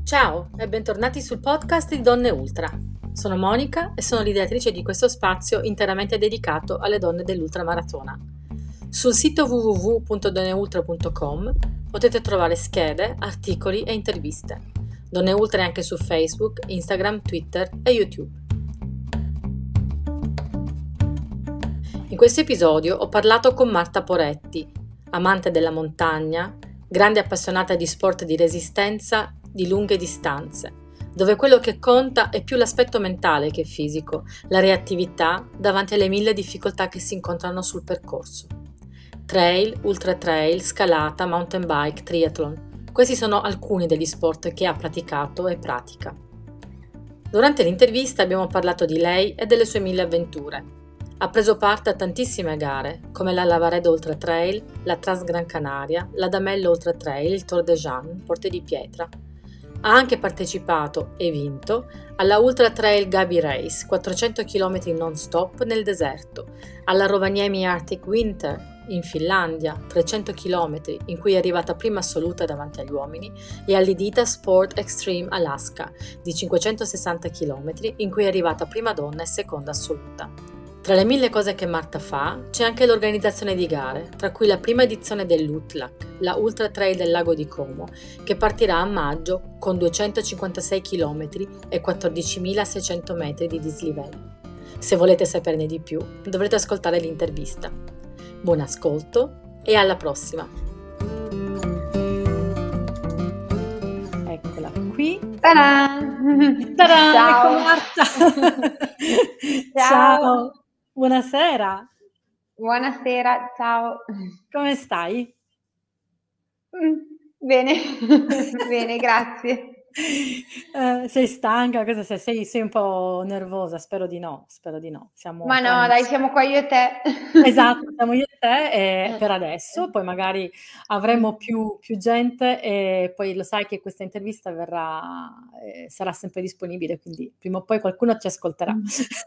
Ciao e bentornati sul podcast di Donne Ultra. Sono Monica e sono l'ideatrice di questo spazio interamente dedicato alle donne dell'ultramaratona. Sul sito www.donneultra.com potete trovare schede, articoli e interviste. Donne Ultra è anche su Facebook, Instagram, Twitter e YouTube. In questo episodio ho parlato con Marta Poretti, amante della montagna, grande appassionata di sport di resistenza di lunghe distanze, dove quello che conta è più l'aspetto mentale che fisico, la reattività davanti alle mille difficoltà che si incontrano sul percorso. Trail, ultra trail, scalata, mountain bike, triathlon. Questi sono alcuni degli sport che ha praticato e pratica. Durante l'intervista abbiamo parlato di lei e delle sue mille avventure. Ha preso parte a tantissime gare, come la Lavaredo Ultra Trail, la Trans Gran Canaria, la Damello Ultra Trail, il Tour de Jean, Porte di Pietra. Ha anche partecipato e vinto alla Ultra Trail Gabi Race, 400 km non-stop nel deserto, alla Rovaniemi Arctic Winter in Finlandia, 300 km in cui è arrivata prima assoluta davanti agli uomini, e all'Idita Sport Extreme Alaska di 560 km in cui è arrivata prima donna e seconda assoluta. Tra le mille cose che Marta fa, c'è anche l'organizzazione di gare, tra cui la prima edizione dell'UTLAC, la Ultra Trail del Lago di Como, che partirà a maggio con 256 km e 14.600 metri di dislivello. Se volete saperne di più, dovrete ascoltare l'intervista. Buon ascolto e alla prossima! Eccola qui. Ta-da! Ta-da! Ciao! Ecco Marta! Ciao! Buonasera! Buonasera, ciao! Come stai? Bene, bene, grazie. Sei stanca? Cosa sei un po' nervosa? Spero di no. Siamo Ma tra no, dai, amici. siamo qua io e te. Esatto, siamo io e te per adesso, poi magari avremo più gente e poi lo sai che questa intervista sarà sempre disponibile, quindi prima o poi qualcuno ci ascolterà.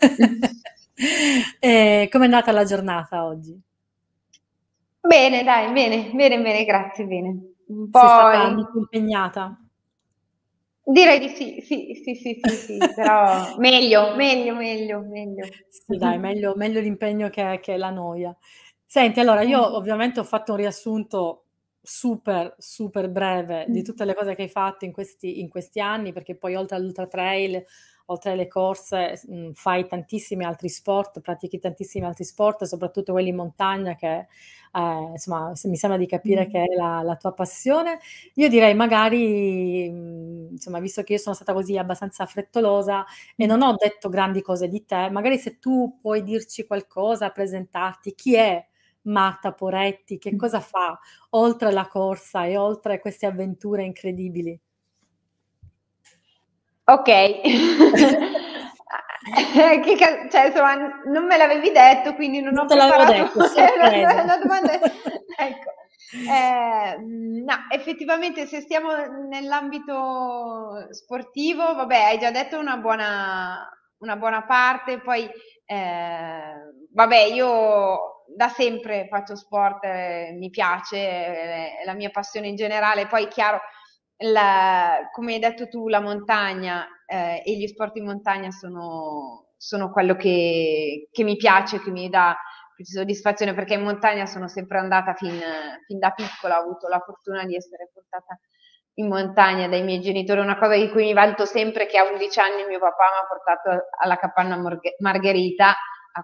Com'è andata la giornata oggi? Bene, dai, bene, grazie, bene. Un Sei po'. stata molto impegnata? Direi di sì, però meglio. Sì, dai, meglio l'impegno che la noia. Senti, allora io ovviamente ho fatto un riassunto super, super breve di tutte le cose che hai fatto in questi anni, perché poi oltre all'ultra trail, oltre alle corse, fai tantissimi altri sport, pratichi tantissimi altri sport, soprattutto quelli in montagna che, insomma, mi sembra di capire che è la tua passione. Io direi magari, insomma, visto che io sono stata così abbastanza frettolosa e non ho detto grandi cose di te, magari se tu puoi dirci qualcosa, presentarti, chi è Marta Poretti, che cosa fa oltre la corsa e oltre queste avventure incredibili? Ok. Cioè, insomma, non me l'avevi detto, quindi non Non ho te l'avevo preparato detto, sorpresa. la domanda. Ecco. No, effettivamente se stiamo nell'ambito sportivo, vabbè, hai già detto una buona parte, poi vabbè, io da sempre faccio sport, mi piace, è la mia passione in generale, poi chiaro, come hai detto tu, la montagna e gli sport in montagna sono quello che mi piace, che mi dà più soddisfazione, perché in montagna sono sempre andata fin da piccola, ho avuto la fortuna di essere portata in montagna dai miei genitori, una cosa di cui mi vanto sempre, che a 11 anni mio papà mi ha portato alla capanna Margherita a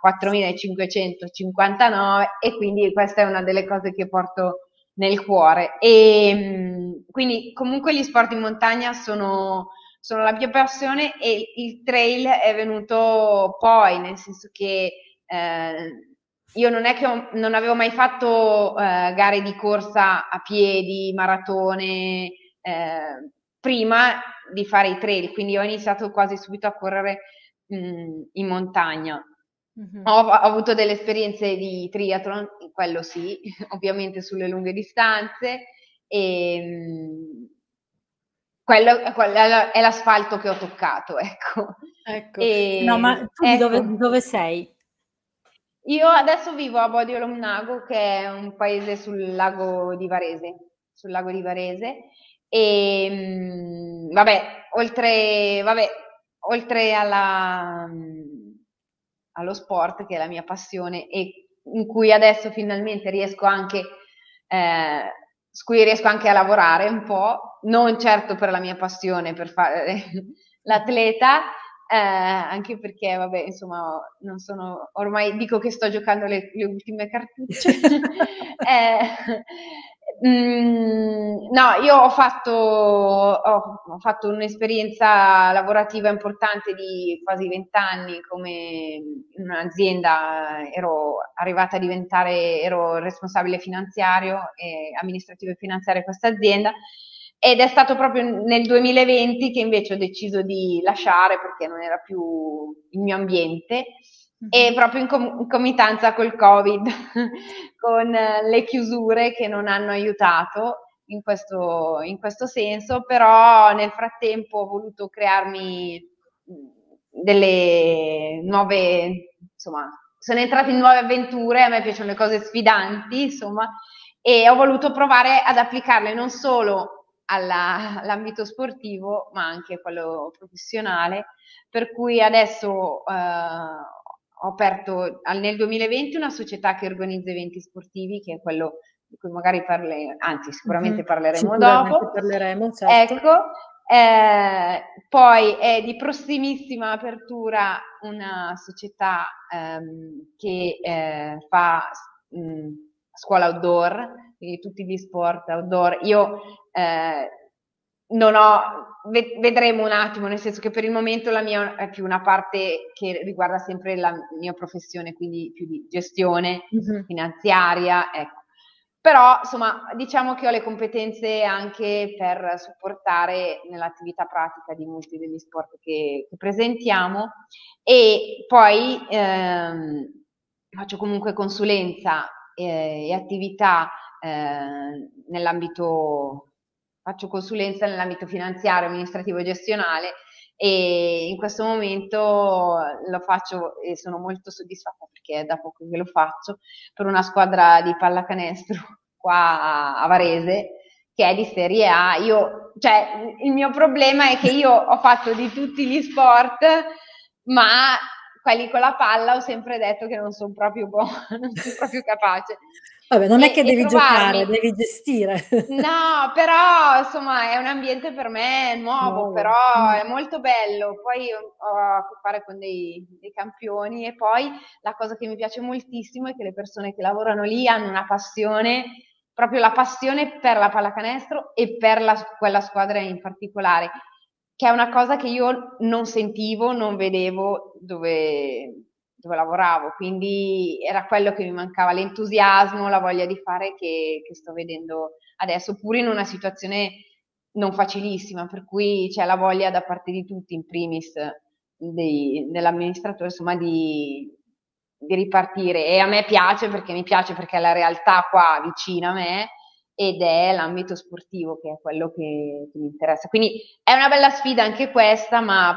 4.559 e quindi questa è una delle cose che porto nel cuore. E quindi comunque gli sport in montagna sono la mia passione e il trail è venuto poi, nel senso che io non è che non avevo mai fatto gare di corsa a piedi, maratone, prima di fare i trail, quindi ho iniziato quasi subito a correre in montagna. Mm-hmm. Ho avuto delle esperienze di triathlon, quello sì, ovviamente sulle lunghe distanze, e quello è l'asfalto che ho toccato, ecco. Ecco, no, ma tu di dove sei? Io adesso vivo a Bodio Lomnago, che è un paese sul lago di Varese, E vabbè, oltre allo sport, che è la mia passione e in cui adesso finalmente su cui riesco anche a lavorare un po', non certo per la mia passione, per fare l'atleta, anche perché, vabbè, insomma, non sono, ormai dico che sto giocando le ultime cartucce. No, io ho fatto un'esperienza lavorativa importante di quasi 20 anni come in un'azienda, ero responsabile finanziario e amministrativo e finanziario di questa azienda, ed è stato proprio nel 2020 che invece ho deciso di lasciare perché non era più il mio ambiente, e proprio in concomitanza col Covid, con le chiusure che non hanno aiutato in questo senso, però nel frattempo ho voluto crearmi delle nuove, insomma, sono entrata in nuove avventure, a me piacciono le cose sfidanti, insomma, e ho voluto provare ad applicarle non solo all'ambito sportivo, ma anche a quello professionale, per cui adesso ho aperto nel 2020 una società che organizza eventi sportivi, che è quello di cui magari sicuramente parleremo Sicuramente dopo. parleremo, certo. Ecco, poi è di prossimissima apertura una società che fa scuola outdoor, quindi tutti gli sport outdoor. Io non ho, vedremo un attimo, nel senso che per il momento la mia è più una parte che riguarda sempre la mia professione, quindi più di gestione finanziaria, ecco. Però, insomma, diciamo che ho le competenze anche per supportare nell'attività pratica di molti degli sport che presentiamo, e poi faccio comunque consulenza e attività faccio consulenza nell'ambito finanziario, amministrativo e gestionale, e in questo momento lo faccio e sono molto soddisfatta perché è da poco che lo faccio per una squadra di pallacanestro qua a Varese, che è di Serie A. Cioè, il mio problema è che io ho fatto di tutti gli sport, ma quelli con la palla ho sempre detto che non sono proprio buona, non sono proprio capace. Vabbè, non è che devi giocare, Trovarmi. devi gestire. No, però insomma è un ambiente per me nuovo, Nuovo. però è molto bello. Poi ho a che fare con dei campioni, e poi la cosa che mi piace moltissimo è che le persone che lavorano lì hanno una passione, proprio la passione per la pallacanestro e per quella squadra in particolare, che è una cosa che io non sentivo, non vedevo dove lavoravo, quindi era quello che mi mancava, l'entusiasmo, la voglia di fare che sto vedendo adesso, pure in una situazione non facilissima, per cui c'è la voglia da parte di tutti, in primis dell'amministratore, insomma, di ripartire. E a me piace perché è la realtà qua vicina a me, ed è l'ambito sportivo che è quello che mi interessa. Quindi è una bella sfida anche questa, ma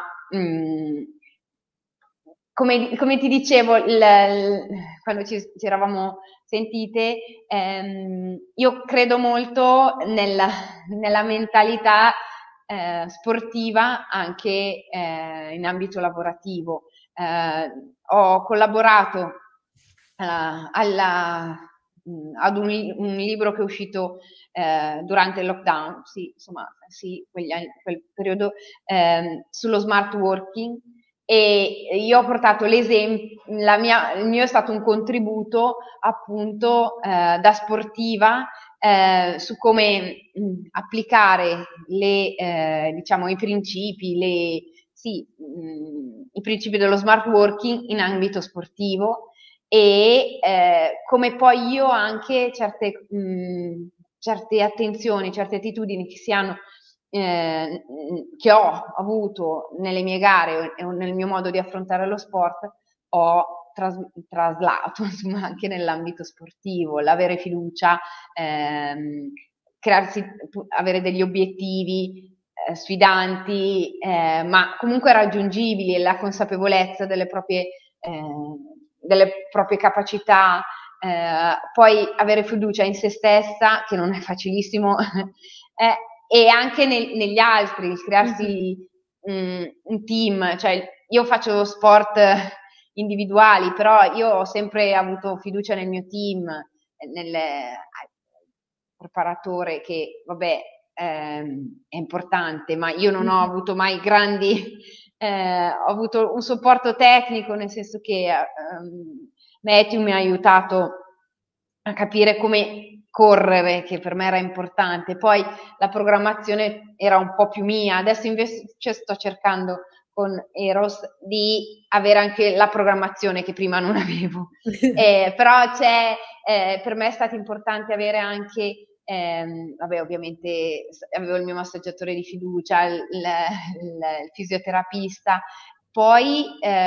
come ti dicevo quando ci eravamo sentite, io credo molto nella mentalità sportiva anche in ambito lavorativo. Ho collaborato ad un libro che è uscito durante il lockdown, sì, insomma, sì, quel periodo, sullo smart working, e io ho portato l'esempio, il mio è stato un contributo appunto da sportiva su come applicare diciamo, i principi, i principi dello smart working in ambito sportivo, e come poi io anche certe attenzioni, certe attitudini che ho avuto nelle mie gare o nel mio modo di affrontare lo sport, ho traslato insomma, anche nell'ambito sportivo, l'avere fiducia, avere degli obiettivi sfidanti, ma comunque raggiungibili, e la consapevolezza delle proprie capacità, poi avere fiducia in se stessa, che non è facilissimo, e anche negli altri, il crearsi un team, cioè io faccio sport individuali, però io ho sempre avuto fiducia nel mio team, nel preparatore che, vabbè, è importante, ma io non ho avuto mai grandi, ho avuto un supporto tecnico, nel senso che Matthew mi ha aiutato a capire come correre, che per me era importante. Poi la programmazione era un po' più mia, adesso invece sto cercando con Eros di avere anche la programmazione che prima non avevo. Però per me è stato importante avere anche, vabbè, ovviamente avevo il mio massaggiatore di fiducia, il fisioterapista, poi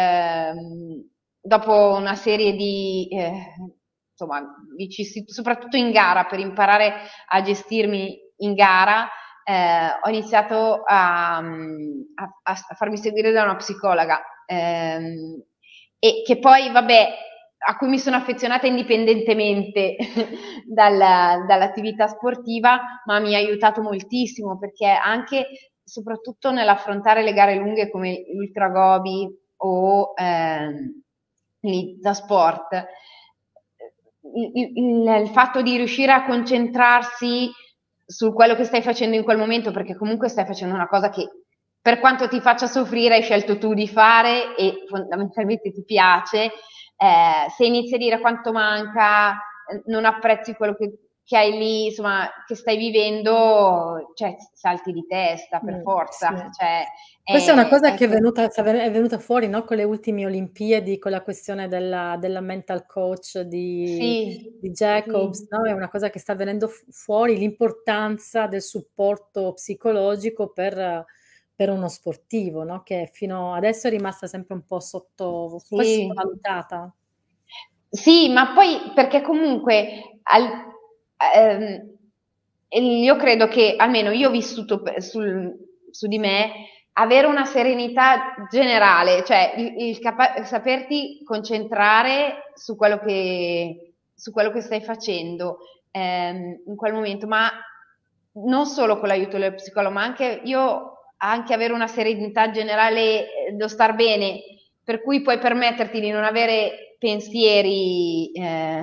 dopo una serie di insomma, soprattutto in gara, per imparare a gestirmi in gara, ho iniziato a farmi seguire da una psicologa, e che poi, vabbè, a cui mi sono affezionata indipendentemente dall'attività sportiva, ma mi ha aiutato moltissimo, perché anche soprattutto nell'affrontare le gare lunghe come l'Ultra Gobi o l'Izza Sport, il fatto di riuscire a concentrarsi su quello che stai facendo in quel momento, perché comunque stai facendo una cosa che, per quanto ti faccia soffrire, hai scelto tu di fare e fondamentalmente ti piace. Se inizi a dire quanto manca, non apprezzi quello che hai lì, insomma, che stai vivendo, cioè salti di testa per forza. Sì. Cioè, Questa è una cosa che è venuta fuori, no, con le ultime Olimpiadi, con la questione della mental coach di Jacobs, sì. no? È una cosa che sta venendo fuori, l'importanza del supporto psicologico per uno sportivo, no? Che fino adesso è rimasta sempre un po' sottovalutata. Sì, ma poi perché comunque io credo che, almeno io ho vissuto su di me, avere una serenità generale, cioè saperti concentrare su quello che stai facendo in quel momento, ma non solo con l'aiuto dello psicologo, ma anche avere una serenità generale, lo star bene, per cui puoi permetterti di non avere pensieri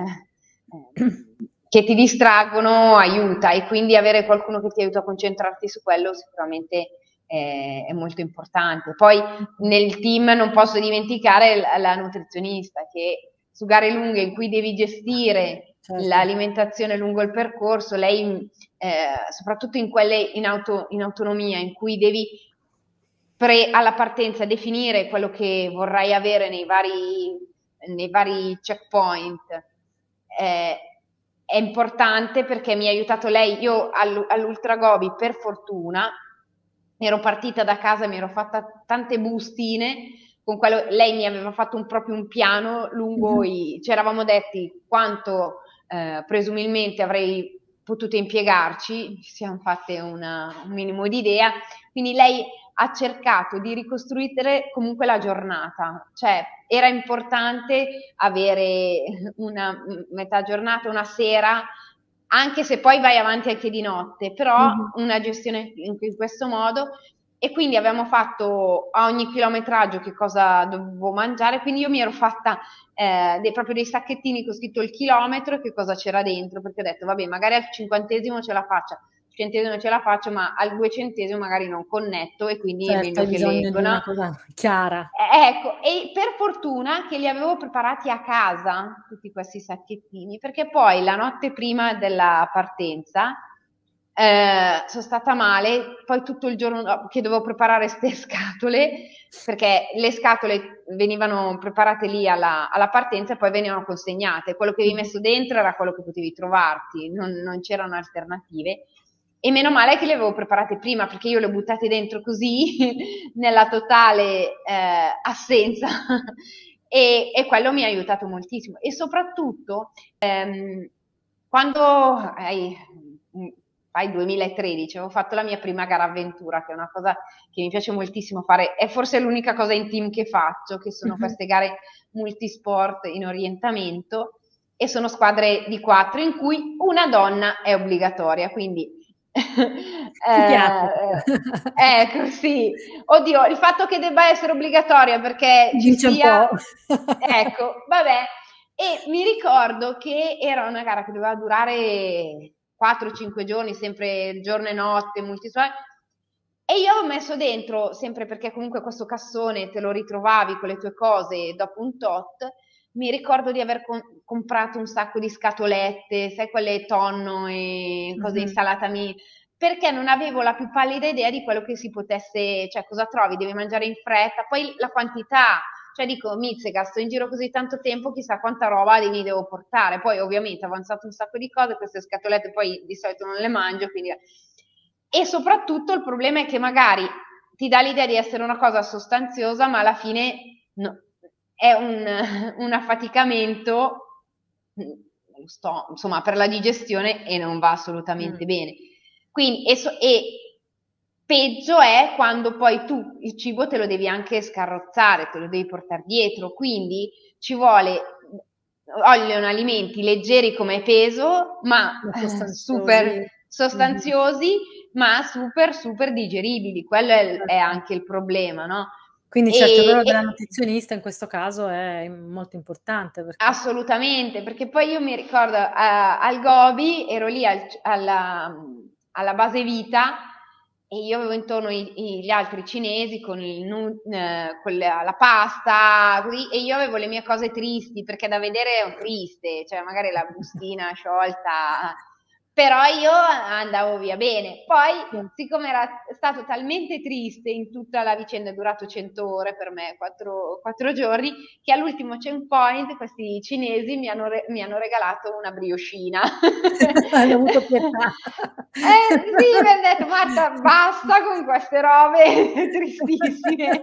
che ti distraggono, aiuta, e quindi avere qualcuno che ti aiuta a concentrarti su quello sicuramente è molto importante. Poi nel team non posso dimenticare la nutrizionista, che su gare lunghe in cui devi gestire l'alimentazione lungo il percorso, lei soprattutto in quelle in autonomia, in cui devi alla partenza definire quello che vorrai avere nei vari checkpoint, è importante, perché mi ha aiutato lei. Io all'Ultra Gobi, per fortuna, ero partita da casa, mi ero fatta tante bustine con quello. Lei mi aveva fatto proprio un piano lungo ci eravamo detti quanto presumibilmente avrei potuto impiegarci, ci siamo fatte un minimo di idea, quindi lei ha cercato di ricostruire comunque la giornata, cioè era importante avere una metà giornata, una sera, anche se poi vai avanti anche di notte, però una gestione in questo modo. E quindi abbiamo fatto a ogni chilometraggio che cosa dovevo mangiare, quindi io mi ero fatta proprio dei sacchettini con scritto il chilometro e che cosa c'era dentro, perché ho detto vabbè, magari al 50° ce la faccio, ma al 200° magari non connetto, e quindi è meglio Hai che bisogno leggo, di una no? cosa chiara. Ecco, e per fortuna che li avevo preparati a casa, tutti questi sacchettini, perché poi la notte prima della partenza sono stata male, poi tutto il giorno che dovevo preparare queste scatole, perché le scatole venivano preparate lì alla partenza e poi venivano consegnate. Quello che avevi messo dentro era quello che potevi trovarti, non c'erano alternative. E meno male che le avevo preparate prima, perché io le ho buttate dentro così, nella totale assenza, e quello mi ha aiutato moltissimo. E soprattutto, quando fai 2013, avevo fatto la mia prima gara avventura, che è una cosa che mi piace moltissimo fare, è forse l'unica cosa in team che faccio, che sono queste gare multisport in orientamento, e sono squadre di 4 in cui una donna è obbligatoria, quindi Ti piace? Ecco, sì. Oddio, il fatto che debba essere obbligatoria perché ci Dice un sia, po'. ecco, vabbè. E mi ricordo che era una gara che doveva durare 4-5 giorni, sempre giorno e notte, e io ho messo dentro, sempre perché comunque questo cassone te lo ritrovavi con le tue cose dopo un tot, mi ricordo di aver comprato un sacco di scatolette, sai, quelle tonno e cose Mhm. insalatami, perché non avevo la più pallida idea di quello che si potesse, cioè cosa trovi, devi mangiare in fretta, poi la quantità, cioè dico, Mizzega, sto in giro così tanto tempo, chissà quanta roba devo portare, poi ovviamente ho avanzato un sacco di cose, queste scatolette poi di solito non le mangio, quindi... E soprattutto il problema è che magari ti dà l'idea di essere una cosa sostanziosa, ma alla fine no, è un affaticamento, insomma, per la digestione e non va assolutamente Mm. bene. Quindi, e peggio è quando poi tu il cibo te lo devi anche scarrozzare, te lo devi portare dietro, quindi ci vuole, vogliono alimenti leggeri come peso, ma Ma super sostanziosi. Mhm. sostanziosi, ma super super digeribili. Quello è Certo. anche il problema, no? Quindi certo, il E, ruolo della e nutrizionista in questo caso è molto importante perché... assolutamente, perché poi io mi ricordo al Gobi, ero lì alla base vita e io avevo intorno gli altri cinesi con, con la pasta, così, e io avevo le mie cose tristi, perché da vedere è triste, cioè magari la bustina sciolta, però io andavo via bene. Poi, siccome era stato talmente triste in tutta la vicenda, è durato 100 ore per me, 4 giorni, che all'ultimo checkpoint questi cinesi mi hanno regalato una brioscina. Hanno avuto pietà. Sì, mi hanno detto, Marta, basta con queste robe tristissime.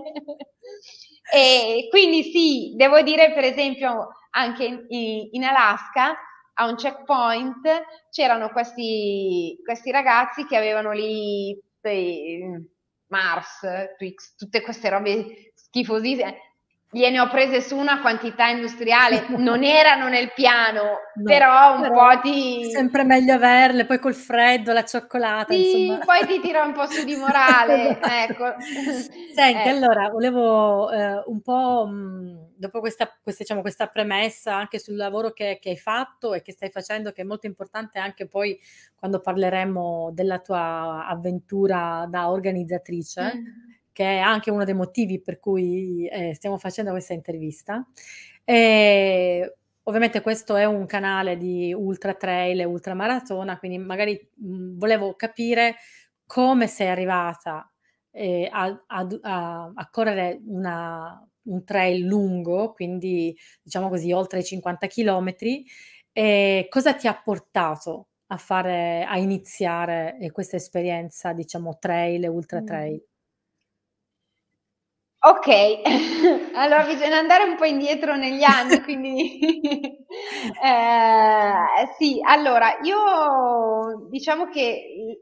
E quindi sì, devo dire per esempio anche in Alaska, a un checkpoint, c'erano questi ragazzi che avevano lì Mars, Twix, tutte queste robe schifosissime. Gliene ho prese su una quantità industriale, non erano nel piano, No, però un però po' è ti... sempre meglio averle, poi col freddo, la cioccolata, insomma. Sì, poi ti tira un po' su di morale, Esatto. ecco. Senti, Ecco. allora volevo un po', dopo diciamo, questa premessa anche sul lavoro che hai fatto e che stai facendo, che è molto importante anche poi quando parleremo della tua avventura da organizzatrice, Mm. che è anche uno dei motivi per cui stiamo facendo questa intervista. E, ovviamente questo è un canale di ultra trail e ultra maratona, quindi magari volevo capire come sei arrivata a correre un trail lungo, quindi diciamo così oltre i 50 chilometri, e cosa ti ha portato a iniziare questa esperienza, diciamo, trail e ultra Mm. trail? Ok, allora bisogna andare un po' indietro negli anni, quindi sì, allora io diciamo che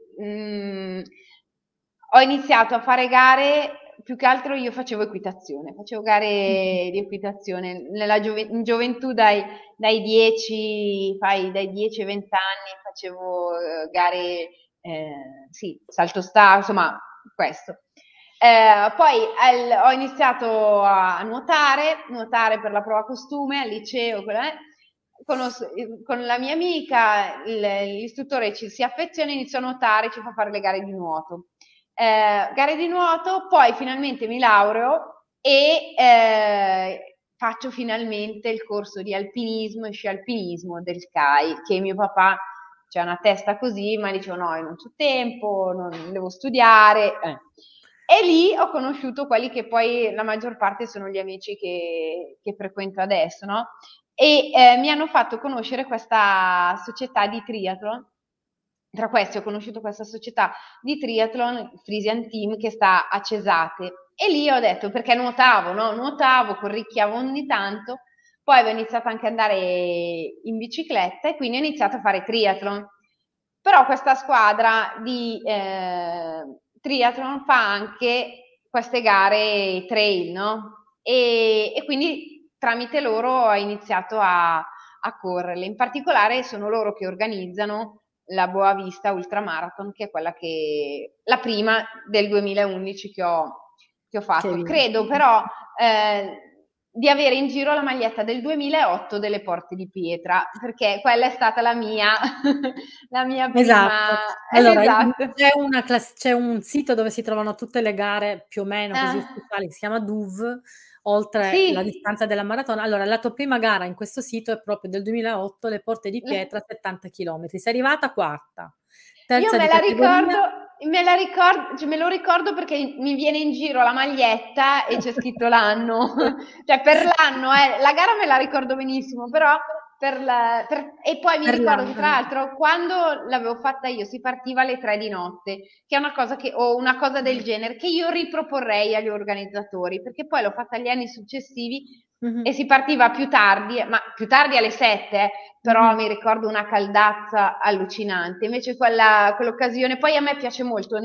ho iniziato a fare gare, più che altro io facevo Mhm. gare di equitazione in gioventù dai 10, dai 10 ai 20 anni facevo gare, sì, salto start, insomma, questo. Poi ho iniziato a nuotare per la prova costume al liceo, con la mia amica, l'istruttore ci si affeziona, inizio a nuotare, ci fa fare le gare di nuoto. Gare di nuoto, poi finalmente mi laureo e faccio finalmente il corso di alpinismo e sci alpinismo del CAI, che mio papà c'è una testa così, ma dicevo no, io non c'ho tempo, non devo studiare. E lì ho conosciuto quelli che poi la maggior parte sono gli amici che frequento adesso, no? E mi hanno fatto conoscere questa società di triathlon. Tra questi ho conosciuto questa società di triathlon, Frisian Team, che sta a Cesate. E lì ho detto, perché nuotavo, no? Nuotavo, corricchiavo ogni tanto, poi avevo iniziato anche ad andare in bicicletta e quindi ho iniziato a fare triathlon. Però questa squadra di triathlon fa anche queste gare trail, no? E quindi tramite loro ho iniziato a correrle. In particolare sono loro che organizzano la Boa Vista Ultramarathon, che è la prima del 2011 che ho fatto. Credo però di avere in giro la maglietta del 2008 delle Porte di Pietra, perché quella è stata la mia, la mia Esatto. prima. Allora, Esatto. c'è un sito dove si trovano tutte le gare più o meno così Ah, ufficiali, si chiama DUV, oltre la sì. distanza della maratona. Allora, la tua prima gara in questo sito è proprio del 2008, le Porte di Pietra, 70 chilometri. Sei arrivata quarta, Io terza di categoria. cioè me lo ricordo perché mi viene in giro la maglietta e c'è scritto l'anno, cioè per l'anno, la gara me la ricordo benissimo, però e poi mi Per ricordo che tra l'anno. l'altro quando l'avevo fatta io si partiva alle 3 di notte, che è una cosa o una cosa del genere che io riproporrei agli organizzatori, perché poi l'ho fatta gli anni successivi Mh-mh. e si partiva più tardi, ma più tardi alle 7, però Mh-mh. mi ricordo una caldazza allucinante. Invece quell'occasione, poi a me piace molto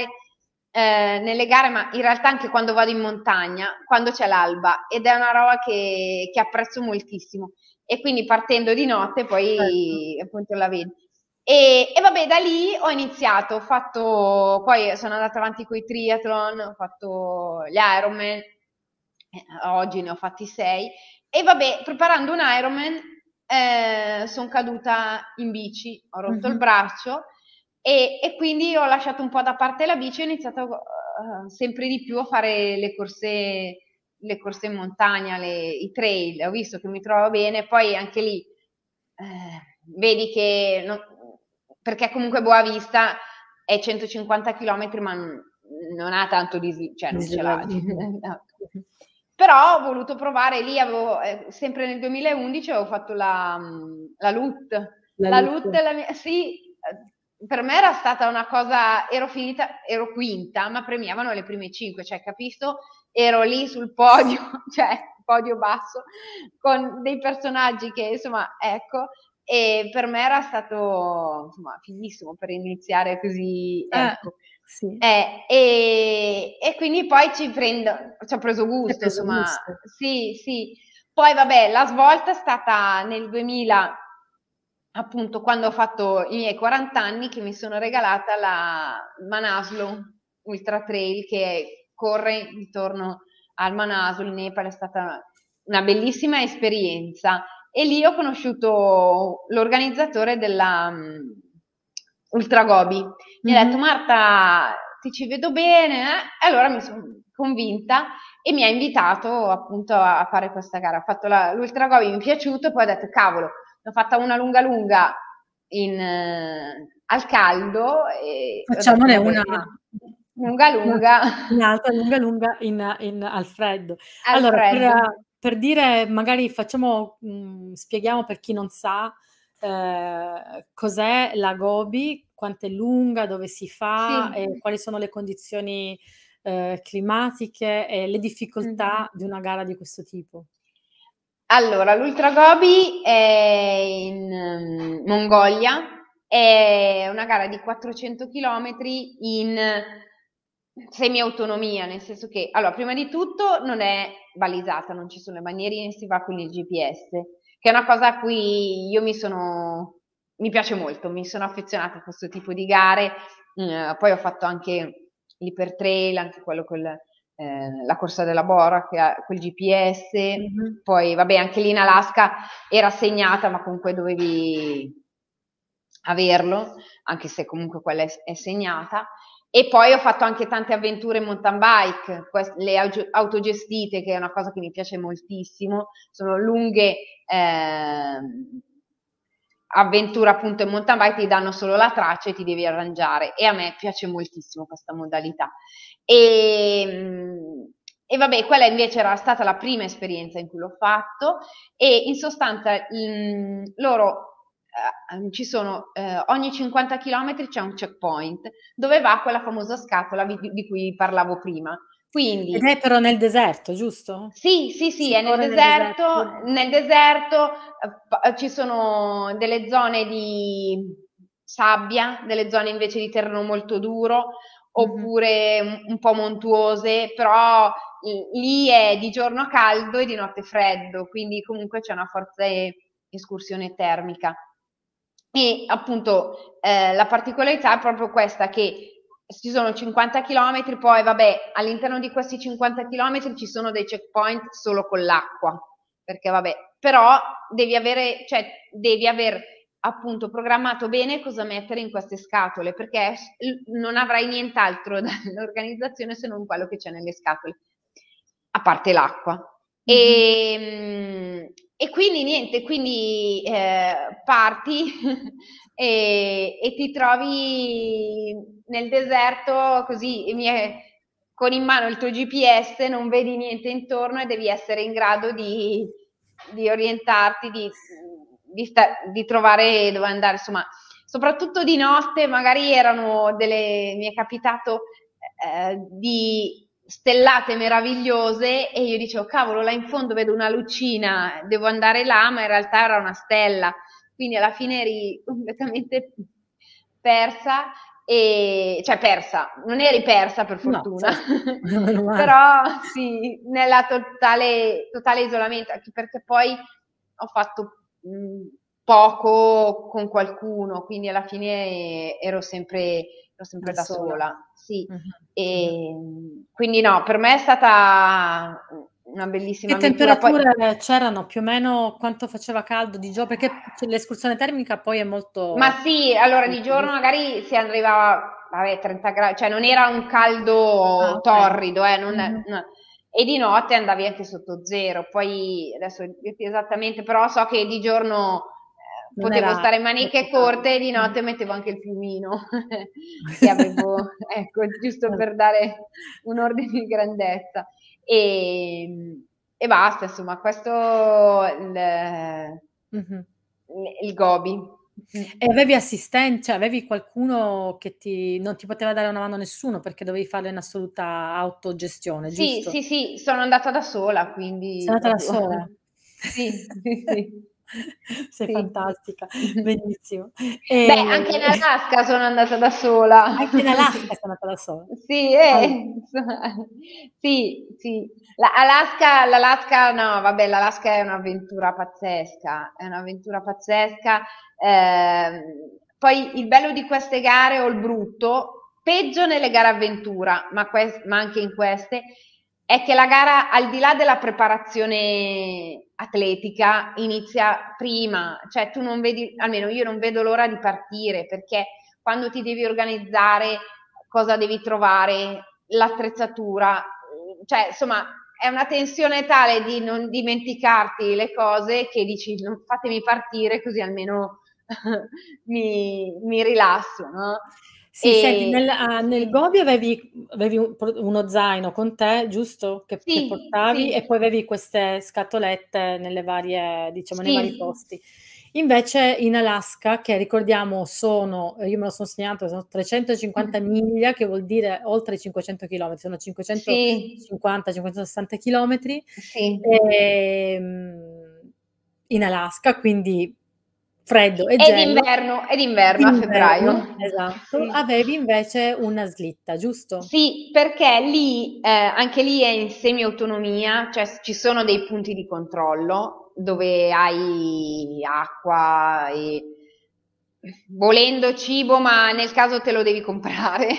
nelle gare, ma in realtà anche quando vado in montagna, quando c'è l'alba, ed è una roba che apprezzo moltissimo. E quindi partendo di notte Certo. poi appunto la vedi. E vabbè, da lì ho iniziato, poi sono andata avanti con i triathlon, ho fatto gli Ironman, oggi ne ho fatti 6, e vabbè, preparando un Ironman sono caduta in bici, ho rotto il Mh-mh. braccio e quindi ho lasciato un po' da parte la bici e ho iniziato sempre di più a fare le corse in montagna, i trail, ho visto che mi trovo bene, poi anche lì vedi che, perché comunque Boa Vista è 150 km, ma non ha tanto cioè non ce l'ha. Dislivello. Mh-mh. Mh-mh. Però ho voluto provare, lì avevo, sempre nel 2011 avevo fatto la LUT. La La LUT. LUT, sì, per me era stata una cosa, ero finita, ero quinta, ma premiavano le prime 5, cioè capisco, ero lì sul podio, cioè podio basso, con dei personaggi che insomma, ecco, e per me era stato insomma fighissimo per iniziare così, ecco. Sì. E quindi poi ci ho preso Ci hai gusto, preso insomma, gusto. sì, sì. Poi vabbè, la svolta è stata nel 2000, appunto, quando ho fatto i miei 40 anni, che mi sono regalata la Manaslu Ultra Trail, che corre intorno al Manaslu in Nepal, è stata una bellissima esperienza. E lì ho conosciuto l'organizzatore della Ultra Gobi. Mi ha detto: Mh-mh. Marta, ti ci vedo bene, eh? E allora mi sono convinta e mi ha invitato appunto a fare questa gara. Ho fatto l'Ultra Gobi, mi è piaciuto, poi ho detto: cavolo, ne ho fatta una lunga lunga al caldo e ho detto: Facciamone vabbè, una lunga lunga un'altra lunga, lunga al freddo. al Allora, freddo. per dire, magari spieghiamo per chi non sa, cos'è la Gobi, quant'è lunga, dove si fa Sì. e quali sono le condizioni, climatiche e le Mm. difficoltà di una gara di questo tipo. Allora, l'Ultra Gobi è in Mongolia, è una gara di 400 km in semi-autonomia, nel senso che, allora, prima di tutto non è balizzata, non ci sono le bandierine, si va con il GPS, che è una cosa a cui mi piace molto, mi sono affezionata a questo tipo di gare, poi ho fatto anche l'Hypertrail, anche quello la corsa della Bora che ha quel GPS, Mh-mh. poi vabbè anche lì in Alaska era segnata ma comunque dovevi averlo, anche se comunque quella è segnata. E poi ho fatto anche tante avventure in mountain bike, le autogestite, che è una cosa che mi piace moltissimo, sono lunghe avventure appunto in mountain bike, ti danno solo la traccia e ti devi arrangiare e a me piace moltissimo questa modalità. E vabbè, quella invece era stata la prima esperienza in cui l'ho fatto e in sostanza loro ci sono ogni 50 km c'è un checkpoint dove va quella famosa scatola di cui parlavo prima. Ed Quindi è però nel deserto, giusto? sì, sì, sì, Si è corre nel deserto. nel deserto ci sono delle zone di sabbia, delle zone invece di terreno molto duro, Mh-mh. oppure un po' montuose, però lì è di giorno caldo e di notte freddo, quindi comunque c'è una forte escursione termica. E appunto la particolarità è proprio questa, che ci sono 50 km, poi vabbè, all'interno di questi 50 km ci sono dei checkpoint solo con l'acqua, perché vabbè, però devi aver appunto programmato bene cosa mettere in queste scatole, perché non avrai nient'altro dall'organizzazione se non quello che c'è nelle scatole, a parte l'acqua. Mhm. E quindi niente, quindi parti e ti trovi nel deserto così, con in mano il tuo GPS, non vedi niente intorno e devi essere in grado di orientarti, di trovare dove andare, insomma, soprattutto di notte, magari mi è capitato di stellate meravigliose e io dicevo, cavolo, là in fondo vedo una lucina, devo andare là, ma in realtà era una stella, quindi alla fine eri completamente persa, cioè persa, non eri persa per No, fortuna, certo, meno male. però sì, nella totale isolamento, anche perché poi ho fatto poco con qualcuno, quindi alla fine ero sempre Da da sola. sola, sì. Mhm, mhm. E, quindi no, per me è stata una Che bellissima avventura. Poi, temperature c'erano più o meno? Quanto faceva caldo di giorno? Perché l'escursione termica poi è ma molto... sì, allora di giorno magari si arrivava, vabbè, 30 gradi, cioè non era un Ah, caldo ok. torrido, Mhm. no. E di notte andavi anche sotto zero. Poi adesso dirti esattamente, però so che di giorno Non potevo era stare in troppo maniche caldo. corte e di Mhm. notte mettevo anche il piumino che avevo, ecco, giusto per dare un ordine di grandezza. E, e basta, insomma, questo Mhm. il Gobi. Mm. E avevi cioè avevi qualcuno che non ti poteva dare una mano, nessuno, perché dovevi farlo in assoluta autogestione, Sì, giusto? sì, sì, sono andata da sola, Sei quindi andata da proprio sola? sì, sì, sì, Sei sì. fantastica, benissimo. Beh, anche in Alaska sono andata da sola. Anche in Alaska sei andata da sola? Sì, Allora, insomma, sì, sì. L'Alaska, no, vabbè, l'Alaska è un'avventura pazzesca. Ehm, Poi il bello di queste gare o il brutto, peggio nelle gare avventura, ma anche in queste, è che la gara, al di là della preparazione atletica, inizia prima, cioè tu non vedi, almeno io non vedo l'ora di partire, perché quando ti devi organizzare, cosa devi trovare, l'attrezzatura, cioè insomma è una tensione tale di non dimenticarti le cose che dici non fatemi partire così almeno mi rilasso, no? sì, senti, E nel sì, Gobi avevi uno zaino con te, giusto? Che sì, portavi e sì, poi avevi queste scatolette nelle varie, diciamo, nei vari sì, posti. Invece in Alaska, che ricordiamo io me lo sono segnato, sono 350 miglia, che vuol dire oltre i 500 km, sono sì, 550-560 km, sì. in Alaska, quindi freddo e gelo. Ed inverno a D'inverno, febbraio. esatto, Sì. avevi invece una slitta, giusto? Sì, perché lì, anche lì è in semi-autonomia, cioè ci sono dei punti di controllo dove hai acqua e volendo cibo, ma nel caso te lo devi comprare.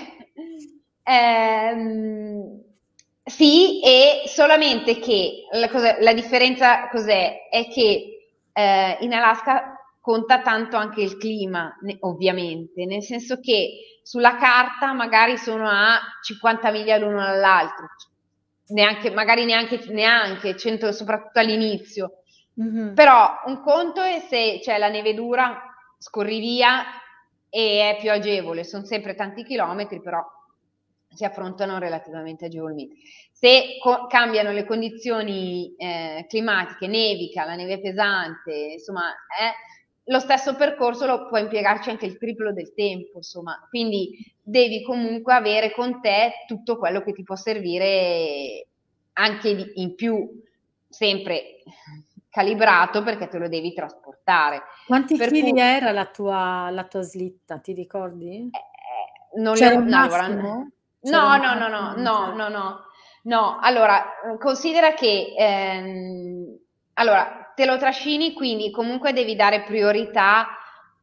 Ehm, sì, e solamente che la differenza cos'è? È che in Alaska conta tanto anche il clima, ovviamente, nel senso che sulla carta magari sono a 50 miglia l'uno dall'altro, magari neanche 100, soprattutto all'inizio. Mh-mh. Però un conto è se c'è la neve dura, scorri via e è più agevole, sono sempre tanti chilometri, però si affrontano relativamente agevolmente. Se cambiano le condizioni climatiche, nevica, la neve pesante, insomma, lo stesso percorso lo puoi impiegarci anche il triplo del tempo, insomma, quindi devi comunque avere con te tutto quello che ti può servire anche in più, sempre calibrato perché te lo devi trasportare. Quanti Per chili cui era la tua slitta, ti ricordi? non le C'era ho, un no, allora, massimo? C'era no, un no, no, no, massimo di no, no, no, no, allora, considera che, allora, te lo trascini, quindi comunque devi dare priorità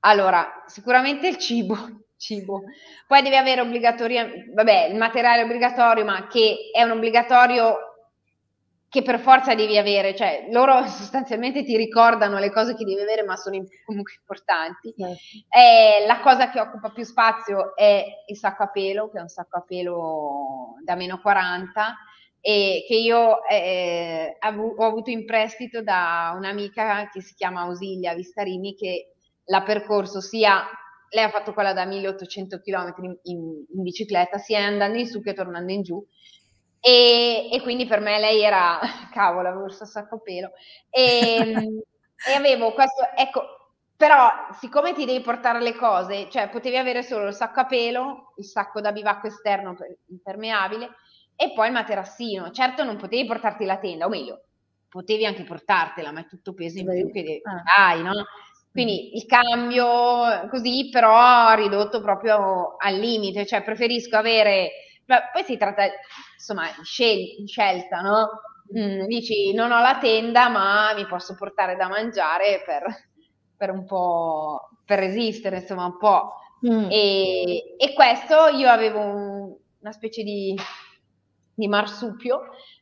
Allora, sicuramente il cibo, cibo. Poi devi avere vabbè, il materiale obbligatorio, ma che è un obbligatorio che per forza devi avere, cioè loro sostanzialmente ti ricordano le cose che devi avere, ma sono comunque importanti. La cosa che occupa più spazio è il sacco a pelo, che è un sacco a pelo da meno 40, e che io ho avuto in prestito da un'amica che si chiama Ausilia Vistarini, che l'ha percorso sia, lei ha fatto quella da 1800 km in bicicletta, sia andando in su che tornando in giù. E quindi per me lei era, cavolo, avevo questo sacco a pelo. E avevo questo, ecco, però siccome ti devi portare le cose, cioè potevi avere solo il sacco a pelo, il sacco da bivacco esterno impermeabile e poi il materassino. Certo non potevi portarti la tenda, o meglio, potevi anche portartela, ma è tutto peso in più che hai, no? Quindi il cambio così, però ridotto proprio al limite, cioè preferisco avere, poi si tratta insomma di scelta, no? Dici non ho la tenda ma mi posso portare da mangiare per un po', per resistere insomma un po'. E questo io avevo una specie di marsupio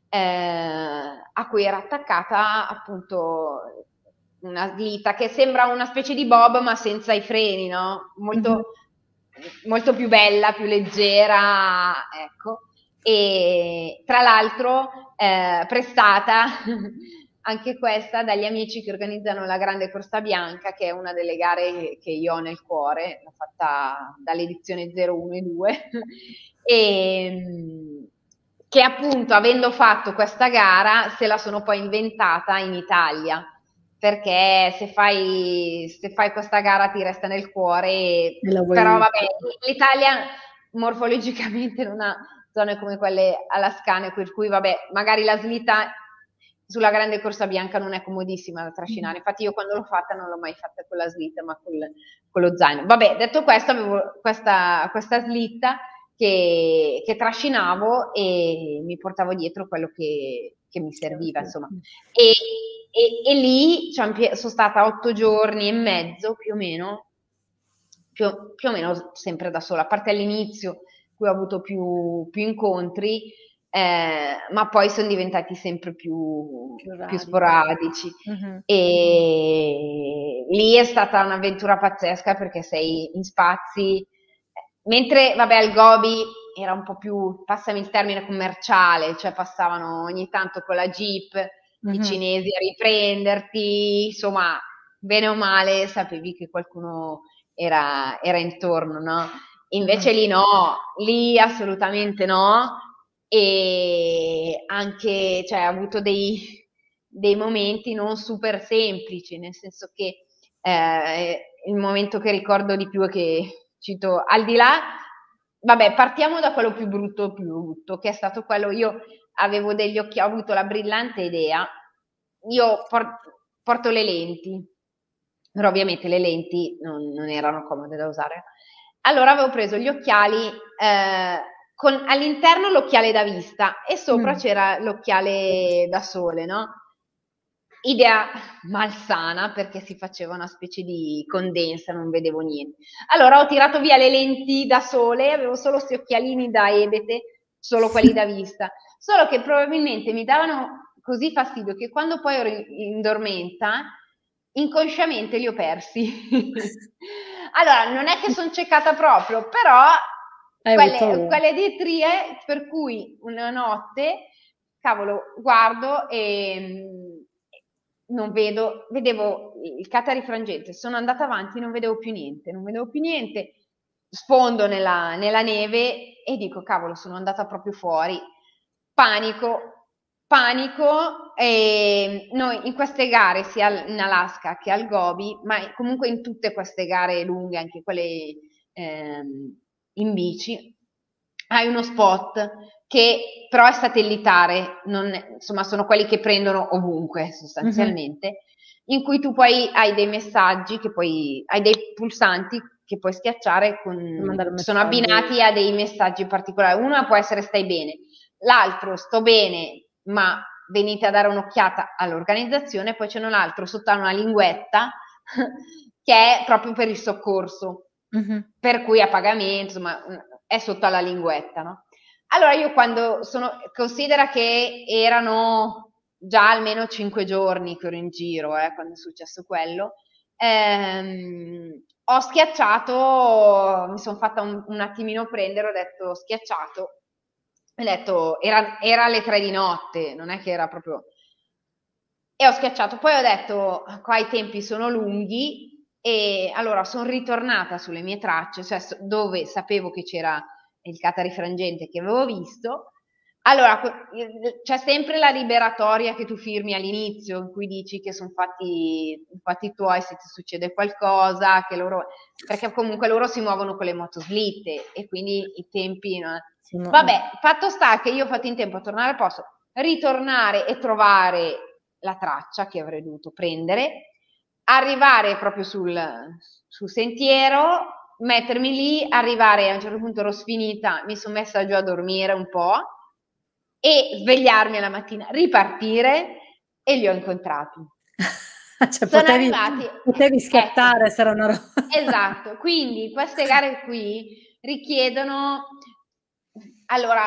a cui era attaccata appunto una slitta che sembra una specie di bob ma senza i freni, no? Molto più bella, più leggera, ecco. E tra l'altro prestata anche questa dagli amici che organizzano la Grande Corsa Bianca, che è una delle gare che io ho nel cuore, l'ho fatta dall'edizione 01 e 2, e che appunto avendo fatto questa gara se la sono poi inventata in Italia, perché se fai questa gara ti resta nel cuore, però vabbè, l'Italia morfologicamente non ha zone come quelle alascane, per cui vabbè, magari la slitta sulla Grande Corsa Bianca non è comodissima da trascinare, infatti io quando l'ho fatta non l'ho mai fatta con la slitta ma con lo zaino. Vabbè, detto questo avevo questa slitta che trascinavo e mi portavo dietro quello che mi serviva, insomma. E lì sono stata 8 giorni e mezzo più o meno, più o meno sempre da sola, a parte all'inizio cui ho avuto più incontri, ma poi sono diventati sempre più sporadici. E lì è stata un'avventura pazzesca perché sei in spazi, mentre vabbè al Gobi era un po' più, passami il termine, commerciale, cioè passavano ogni tanto con la Jeep i cinesi a riprenderti, insomma, bene o male sapevi che qualcuno era intorno, no? Invece lì no, lì assolutamente no, e anche, cioè, ho avuto dei momenti non super semplici, nel senso che il momento che ricordo di più è che cito, al di là, vabbè, partiamo da quello più brutto, che è stato quello, io avevo degli occhi, ho avuto la brillante idea, io porto le lenti, però ovviamente le lenti non erano comode da usare. Allora avevo preso gli occhiali con all'interno l'occhiale da vista e sopra c'era l'occhiale da sole, no? Idea malsana perché si faceva una specie di condensa, non vedevo niente. Allora ho tirato via le lenti da sole, avevo solo questi occhialini da ebete, solo quelli da vista, solo che probabilmente mi davano così fastidio che quando poi ero in dormenta, inconsciamente li ho persi. Allora, non è che sono ciecata proprio, però quelle dietrie per cui una notte, cavolo, guardo e non vedevo il catarifrangente, sono andata avanti, non vedevo più niente, sfondo nella neve e dico, cavolo, sono andata proprio fuori, panico, e noi in queste gare sia in Alaska che al Gobi, ma comunque in tutte queste gare lunghe, anche quelle in bici, hai uno spot che però è satellitare, insomma sono quelli che prendono ovunque sostanzialmente, in cui tu poi hai dei messaggi, hai dei pulsanti che puoi schiacciare, sono abbinati a dei messaggi particolari. Uno può essere stai bene, l'altro sto bene, ma venite a dare un'occhiata all'organizzazione, poi c'è un altro sotto una linguetta che è proprio per il soccorso, Mhm. per cui a pagamento, insomma, è sotto alla linguetta, no? Allora io considera che erano già almeno 5 giorni che ero in giro, quando è successo quello, ho schiacciato, mi sono fatta un attimino prendere, ho detto ho schiacciato, ho detto era alle 3 di notte, non è che era proprio... E ho schiacciato, poi ho detto qua i tempi sono lunghi e allora sono ritornata sulle mie tracce, cioè dove sapevo che c'era il catarifrangente che avevo visto. Allora, c'è sempre la liberatoria che tu firmi all'inizio, in cui dici che sono fatti tuoi se ti succede qualcosa, perché comunque loro si muovono con le motoslitte e quindi i tempi... no? Vabbè, fatto sta che io ho fatto in tempo a tornare al posto, ritornare e trovare la traccia che avrei dovuto prendere, arrivare proprio sul sentiero, mettermi lì, arrivare a un certo punto ero sfinita, mi sono messa giù a dormire un po' e svegliarmi alla mattina, ripartire e li ho incontrati. Cioè, Sono arrivati, potevi ecco, scattare se era una roba. esatto, quindi queste gare qui richiedono, allora,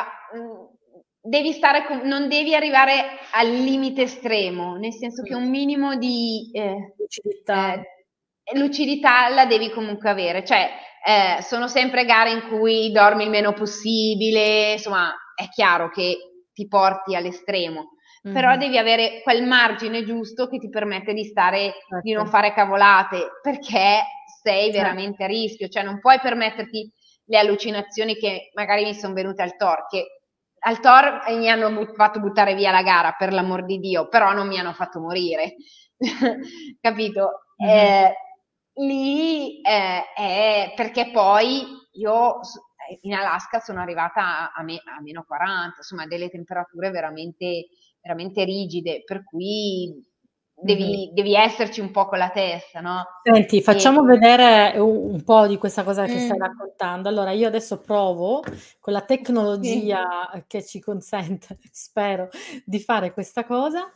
non devi arrivare al limite estremo, nel senso che un minimo di Lucidità. lucidità la devi comunque avere, cioè sono sempre gare in cui dormi il meno possibile, insomma è chiaro che ti porti all'estremo, però devi avere quel margine giusto che ti permette di non Certo. fare cavolate, perché sei Certo. veramente a rischio, cioè non puoi permetterti le allucinazioni che magari mi sono venute al Tor, che al Tor mi hanno fatto buttare via la gara, per l'amor di Dio, però non mi hanno fatto morire, capito? Lì è perché poi io in Alaska sono arrivata a meno 40, insomma delle temperature veramente, veramente rigide, per cui devi esserci un po' con la testa, no? Senti, facciamo vedere un po' di questa cosa che stai Mm, raccontando. Allora, io adesso provo con la sì. tecnologia che ci consente, spero, di fare questa cosa,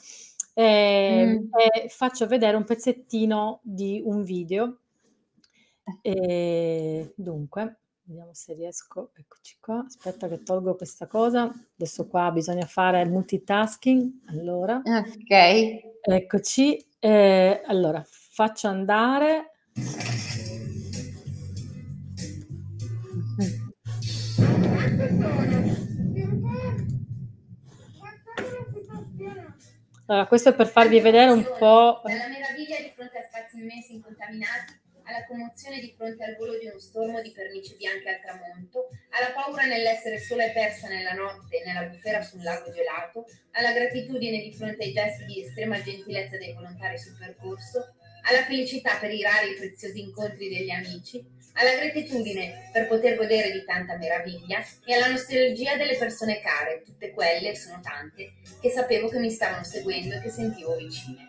e faccio vedere un pezzettino di un video. Dunque, vediamo se riesco, eccoci qua. Aspetta che tolgo questa cosa. Adesso qua bisogna fare il multitasking. Allora, Ok. eccoci. Allora, faccio andare. Allora, questo è per farvi vedere un po'. Dalla meraviglia di fronte a spazi immensi incontaminati, alla commozione di fronte al volo di uno stormo di pernici bianche al tramonto, alla paura nell'essere sola e persa nella notte, nella bufera sul lago gelato, alla gratitudine di fronte ai gesti di estrema gentilezza dei volontari sul percorso, alla felicità per i rari e preziosi incontri degli amici, alla gratitudine per poter godere di tanta meraviglia e alla nostalgia delle persone care, tutte quelle, sono tante, che sapevo che mi stavano seguendo e che sentivo vicine.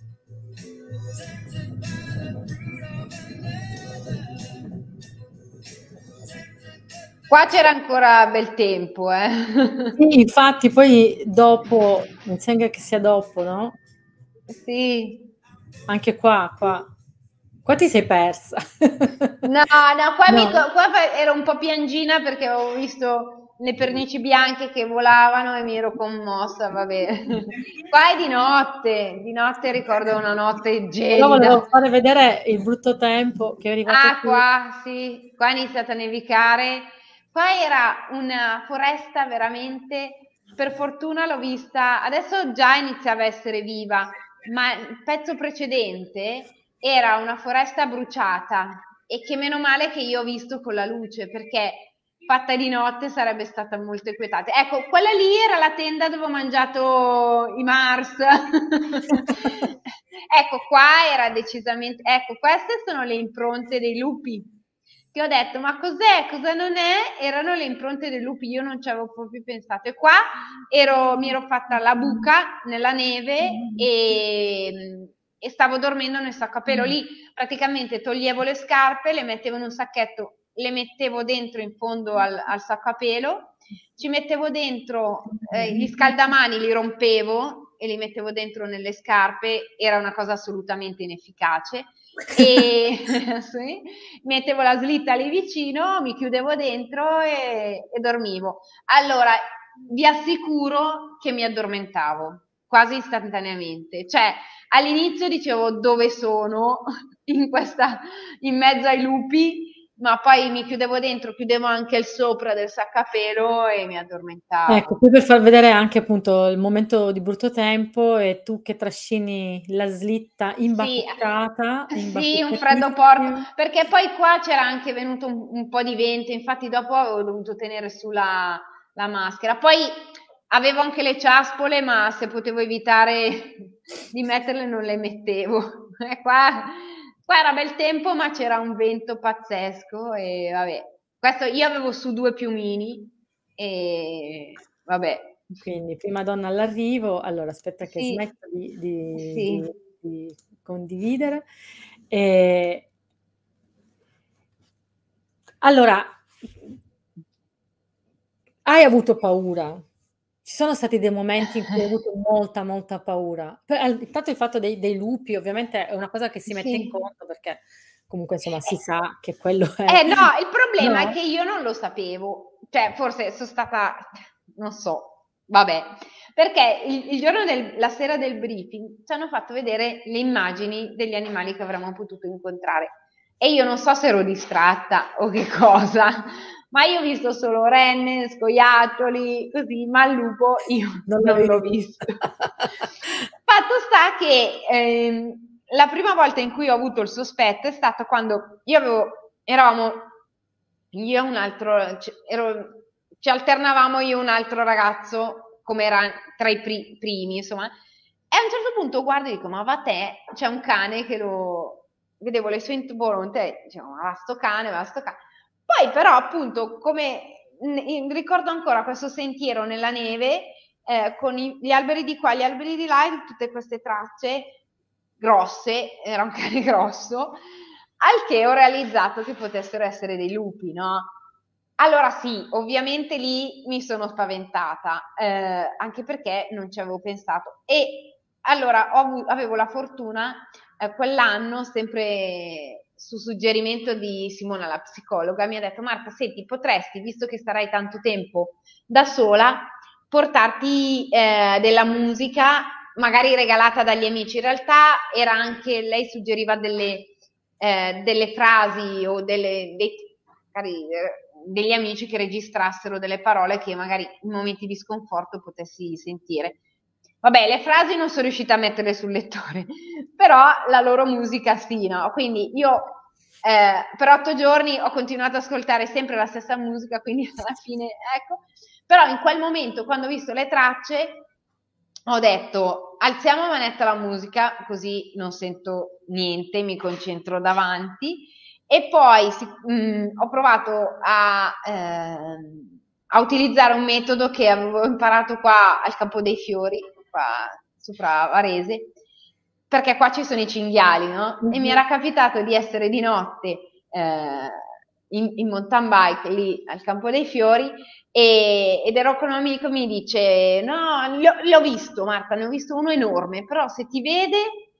Qua c'era ancora bel tempo, Sì, infatti poi dopo, mi sembra che sia dopo, no? Sì. Anche qua ti sei persa. No, qua, No. ero un po' piangina perché avevo visto le pernici bianche che volavano e mi ero commossa, vabbè. Qua è di notte ricordo una notte Però volevo gelida. fare vedere il brutto tempo che è arrivato Ah, qui. qua sì, qua è iniziato a nevicare. Qua era una foresta veramente, per fortuna l'ho vista, adesso già iniziava a essere viva, ma il pezzo precedente era una foresta bruciata e che meno male che io ho visto con la luce, perché fatta di notte sarebbe stata molto inquietante. Ecco, quella lì era la tenda dove ho mangiato i Mars. Ecco, qua era decisamente... Ecco, queste sono le impronte dei lupi. Che ho detto, ma cos'è? Cosa non è? Erano le impronte dei lupi, io non ci avevo proprio pensato. E qua mi ero fatta la buca nella neve e stavo dormendo nel sacco a pelo. Lì praticamente toglievo le scarpe, le mettevo in un sacchetto, le mettevo dentro in fondo al sacco a pelo, ci mettevo dentro gli scaldamani, li rompevo e li mettevo dentro nelle scarpe, era una cosa assolutamente inefficace. E sì, mettevo la slitta lì vicino, mi chiudevo dentro e dormivo. Allora, vi assicuro che mi addormentavo quasi istantaneamente. Cioè, all'inizio dicevo dove sono in mezzo ai lupi, ma poi mi chiudevo dentro, chiudevo anche il sopra del sacco a pelo e mi Ecco, addormentavo. qui per far vedere anche appunto il momento di brutto tempo e tu che trascini la slitta Sì, sì, un freddo porco, imbacuccatissima. perché poi qua c'era anche venuto un po' di vento, infatti dopo avevo dovuto tenere su la maschera. Poi avevo anche le ciaspole, ma se potevo evitare di metterle non le mettevo. Qua era bel tempo, ma c'era un vento pazzesco e vabbè. Questo, io avevo su 2 piumini e vabbè. Quindi prima donna all'arrivo, allora aspetta che Sì, smetto sì. di condividere. E allora, hai avuto paura? Ci sono stati dei momenti in cui hai avuto molta, molta paura? Intanto il fatto dei lupi ovviamente è una cosa che si mette in Sì. conto perché comunque insomma si sa che quello è No, il problema è no? che io non lo sapevo, cioè forse sono stata, non so, vabbè, perché il giorno la sera del briefing ci hanno fatto vedere le immagini degli animali che avremmo potuto incontrare e io non so se ero distratta o che cosa, ma io ho visto solo renne, scoiattoli, così, ma il lupo io Non non l'ho l'avevi visto. vista. Fatto sta che la prima volta in cui ho avuto il sospetto è stato quando eravamo io e un altro, ci alternavamo io e un altro ragazzo, come era tra i primi, insomma. E a un certo punto guardo e dico, ma va te, c'è un cane che vedevo le sue impronte, dicevo, ma va sto cane, va sto cane. Poi però appunto, ricordo ancora questo sentiero nella neve, con gli alberi di qua, gli alberi di là, e tutte queste tracce grosse, era un cane grosso, al che ho realizzato che potessero essere dei lupi, no? Allora sì, ovviamente lì mi sono spaventata, anche perché non ci avevo pensato. E allora avevo la fortuna, quell'anno, sempre su suggerimento di Simona, la psicologa, mi ha detto: Marta, senti, potresti, visto che starai tanto tempo da sola, portarti della musica, magari regalata dagli amici. In realtà era anche, lei suggeriva delle frasi o magari, degli amici che registrassero delle parole che magari in momenti di sconforto potessi sentire. Vabbè, le frasi non sono riuscita a metterle sul lettore, però la loro musica sì, no? Quindi io per 8 giorni ho continuato ad ascoltare sempre la stessa musica, quindi alla fine, ecco. Però in quel momento, quando ho visto le tracce, ho detto, alziamo a manetta la musica, così non sento niente, mi concentro davanti. E poi ho provato a utilizzare un metodo che avevo imparato qua al Campo dei Fiori, qua sopra Varese, perché qua ci sono i cinghiali, no? E mi era capitato di essere di notte in mountain bike lì al Campo dei Fiori ed ero con un amico, mi dice, no, l'ho visto Marta, ne ho visto uno enorme, però se ti vede,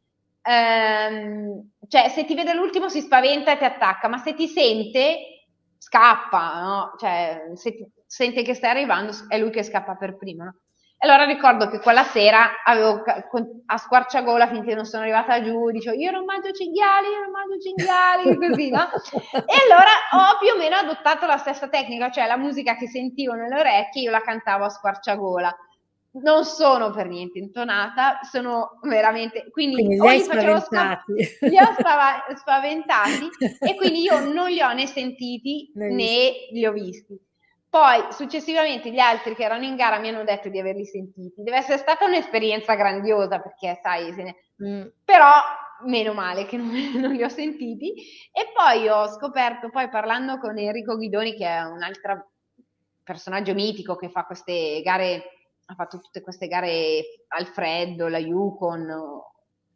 cioè se ti vede l'ultimo si spaventa e ti attacca, ma se ti sente scappa, no? Cioè se sente che stai arrivando è lui che scappa per primo, no? E allora ricordo che quella sera avevo a squarciagola finché non sono arrivata giù, dicevo io non mangio cinghiali, così, no? E allora ho più o meno adottato la stessa tecnica, cioè la musica che sentivo nelle orecchie io la cantavo a squarciagola. Non sono per niente intonata, sono veramente, quindi Quindi li o hai li facevo spaventati. li ho spaventati e quindi io non li ho né sentiti Ne hai visti. né li ho visti. Poi successivamente gli altri che erano in gara mi hanno detto di averli sentiti. Deve essere stata un'esperienza grandiosa perché, sai, però meno male che non li ho sentiti. E poi ho scoperto, poi parlando con Enrico Guidoni, che è un altro personaggio mitico che fa queste gare, ha fatto tutte queste gare al freddo, la Yukon,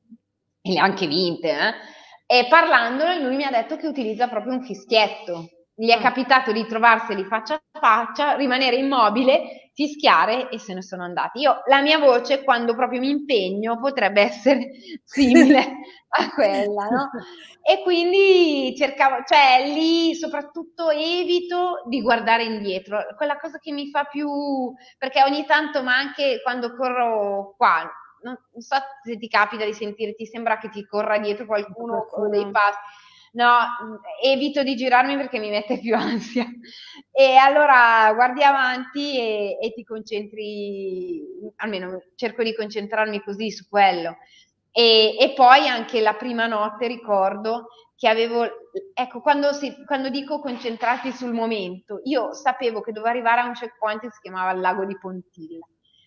e le ha anche vinte, E parlandone lui mi ha detto che utilizza proprio un fischietto gli è capitato di trovarseli faccia a faccia, rimanere immobile, fischiare e se ne sono andati. La mia voce, quando proprio mi impegno, potrebbe essere simile a quella, no? E quindi cercavo, cioè lì soprattutto evito di guardare indietro, quella cosa che mi fa più, perché ogni tanto, ma anche quando corro qua, non so se ti capita di sentirti, sembra che ti corra dietro qualcuno o dei passi. No, evito di girarmi perché mi mette più ansia. E allora guardi avanti e ti concentri, almeno cerco di concentrarmi così su quello. E poi anche la prima notte ricordo che avevo, ecco, quando dico concentrati sul momento, io sapevo che dovevo arrivare a un checkpoint che si chiamava il lago di Pontilla.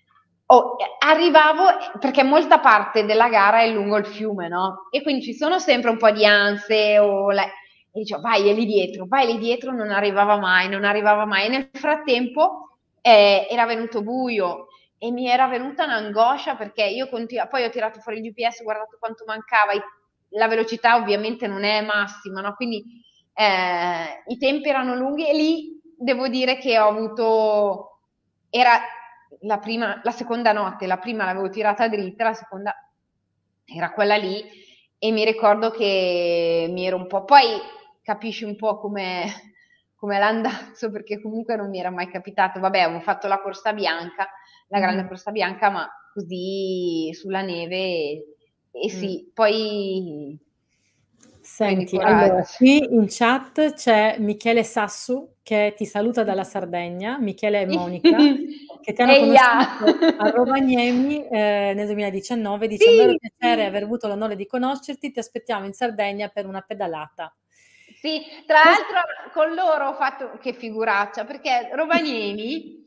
Arrivavo, perché molta parte della gara è lungo il fiume, no? E quindi ci sono sempre un po' di ansie, e dicevo, vai, è lì dietro, non arrivava mai. E nel frattempo era venuto buio e mi era venuta un'angoscia perché io poi ho tirato fuori il GPS, ho guardato quanto mancava, la velocità ovviamente non è massima, no? Quindi i tempi erano lunghi e lì devo dire che ho avuto, era la seconda notte, la prima l'avevo tirata dritta, la seconda era quella lì e mi ricordo che mi ero un po', poi capisci un po' come l'andazzo, perché comunque non mi era mai capitato, vabbè, avevo fatto la corsa bianca, la grande corsa bianca, ma così sulla neve e sì, poi Senti, allora, qui in chat c'è Michele Sassu che ti saluta dalla Sardegna, Michele e Monica, che ti hanno conosciuto a Rovaniemi nel 2019, dice un vero piacere aver avuto l'onore di conoscerti, ti aspettiamo in Sardegna per una pedalata. Sì, tra l'altro con loro ho fatto, che figuraccia, perché Rovaniemi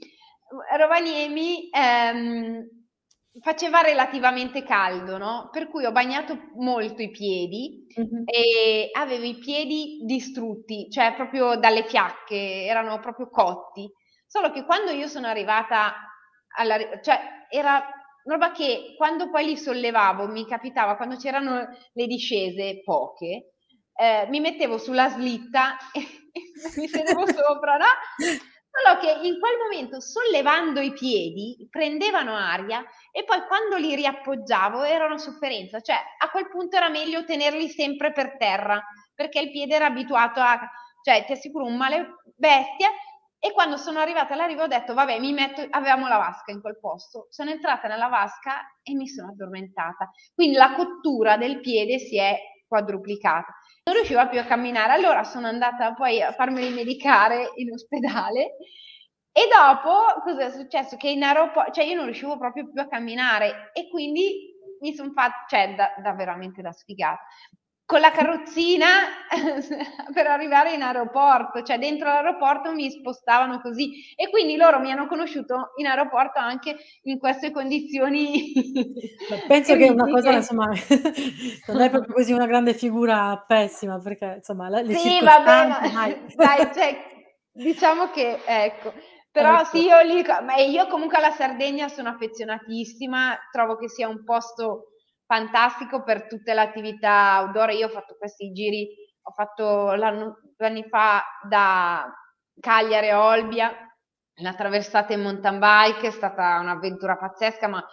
faceva relativamente caldo, no? Per cui ho bagnato molto i piedi e avevo i piedi distrutti, cioè proprio dalle fiacche, erano proprio cotti. Solo che quando io sono arrivata cioè era roba che quando poi li sollevavo, mi capitava quando c'erano le discese poche, mi mettevo sulla slitta e mi sedevo sopra, no? Solo che in quel momento, sollevando i piedi, prendevano aria e poi quando li riappoggiavo era una sofferenza, cioè a quel punto era meglio tenerli sempre per terra, perché il piede era abituato cioè ti assicuro un male bestia. E quando sono arrivata all'arrivo ho detto, vabbè, avevamo la vasca in quel posto, sono entrata nella vasca e mi sono addormentata. Quindi la cottura del piede si è quadruplicata. Non riuscivo più a camminare, allora sono andata poi a farmi medicare in ospedale e dopo cosa è successo? Che in aeroporto, cioè io non riuscivo proprio più a camminare e quindi mi sono fatta, cioè da veramente da sfigata, con la carrozzina per arrivare in aeroporto, cioè dentro l'aeroporto mi spostavano così e quindi loro mi hanno conosciuto in aeroporto anche in queste condizioni. Penso che è una cosa, insomma, non è proprio così una grande figura pessima, perché insomma le sì, circostanze, vabbè, dai, cioè, diciamo che ecco, però ecco. sì, io comunque alla Sardegna sono affezionatissima, trovo che sia un posto fantastico per tutte le attività outdoor. Io ho fatto questi giri, ho fatto 2 anni fa da Cagliari a Olbia, la traversata in mountain bike, è stata un'avventura pazzesca, ma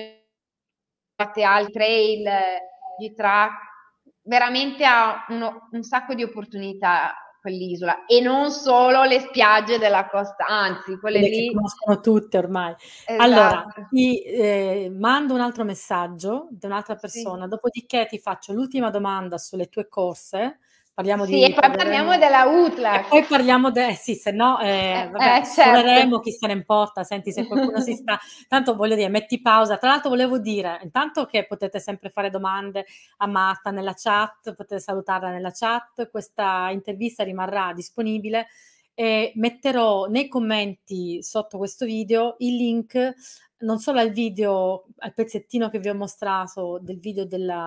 fatte al trail, G-Track, veramente ha un sacco di opportunità quell'isola e non solo le spiagge della costa, anzi quelle Che lì conoscono tutte ormai. esatto. Allora, ti mando un altro messaggio da un'altra persona, Sì. Dopodiché ti faccio l'ultima domanda sulle tue corse, parliamo Sì, e poi parleremo parliamo della e Utlac. poi parliamo sì, se no, vabbè, Certo. sforeremo, chi se ne importa, senti se qualcuno si sta tanto voglio dire, metti pausa. Tra l'altro volevo dire, intanto che potete sempre fare domande a Marta nella chat, potete salutarla nella chat, questa intervista rimarrà disponibile e metterò nei commenti sotto questo video il link non solo al video, al pezzettino che vi ho mostrato del video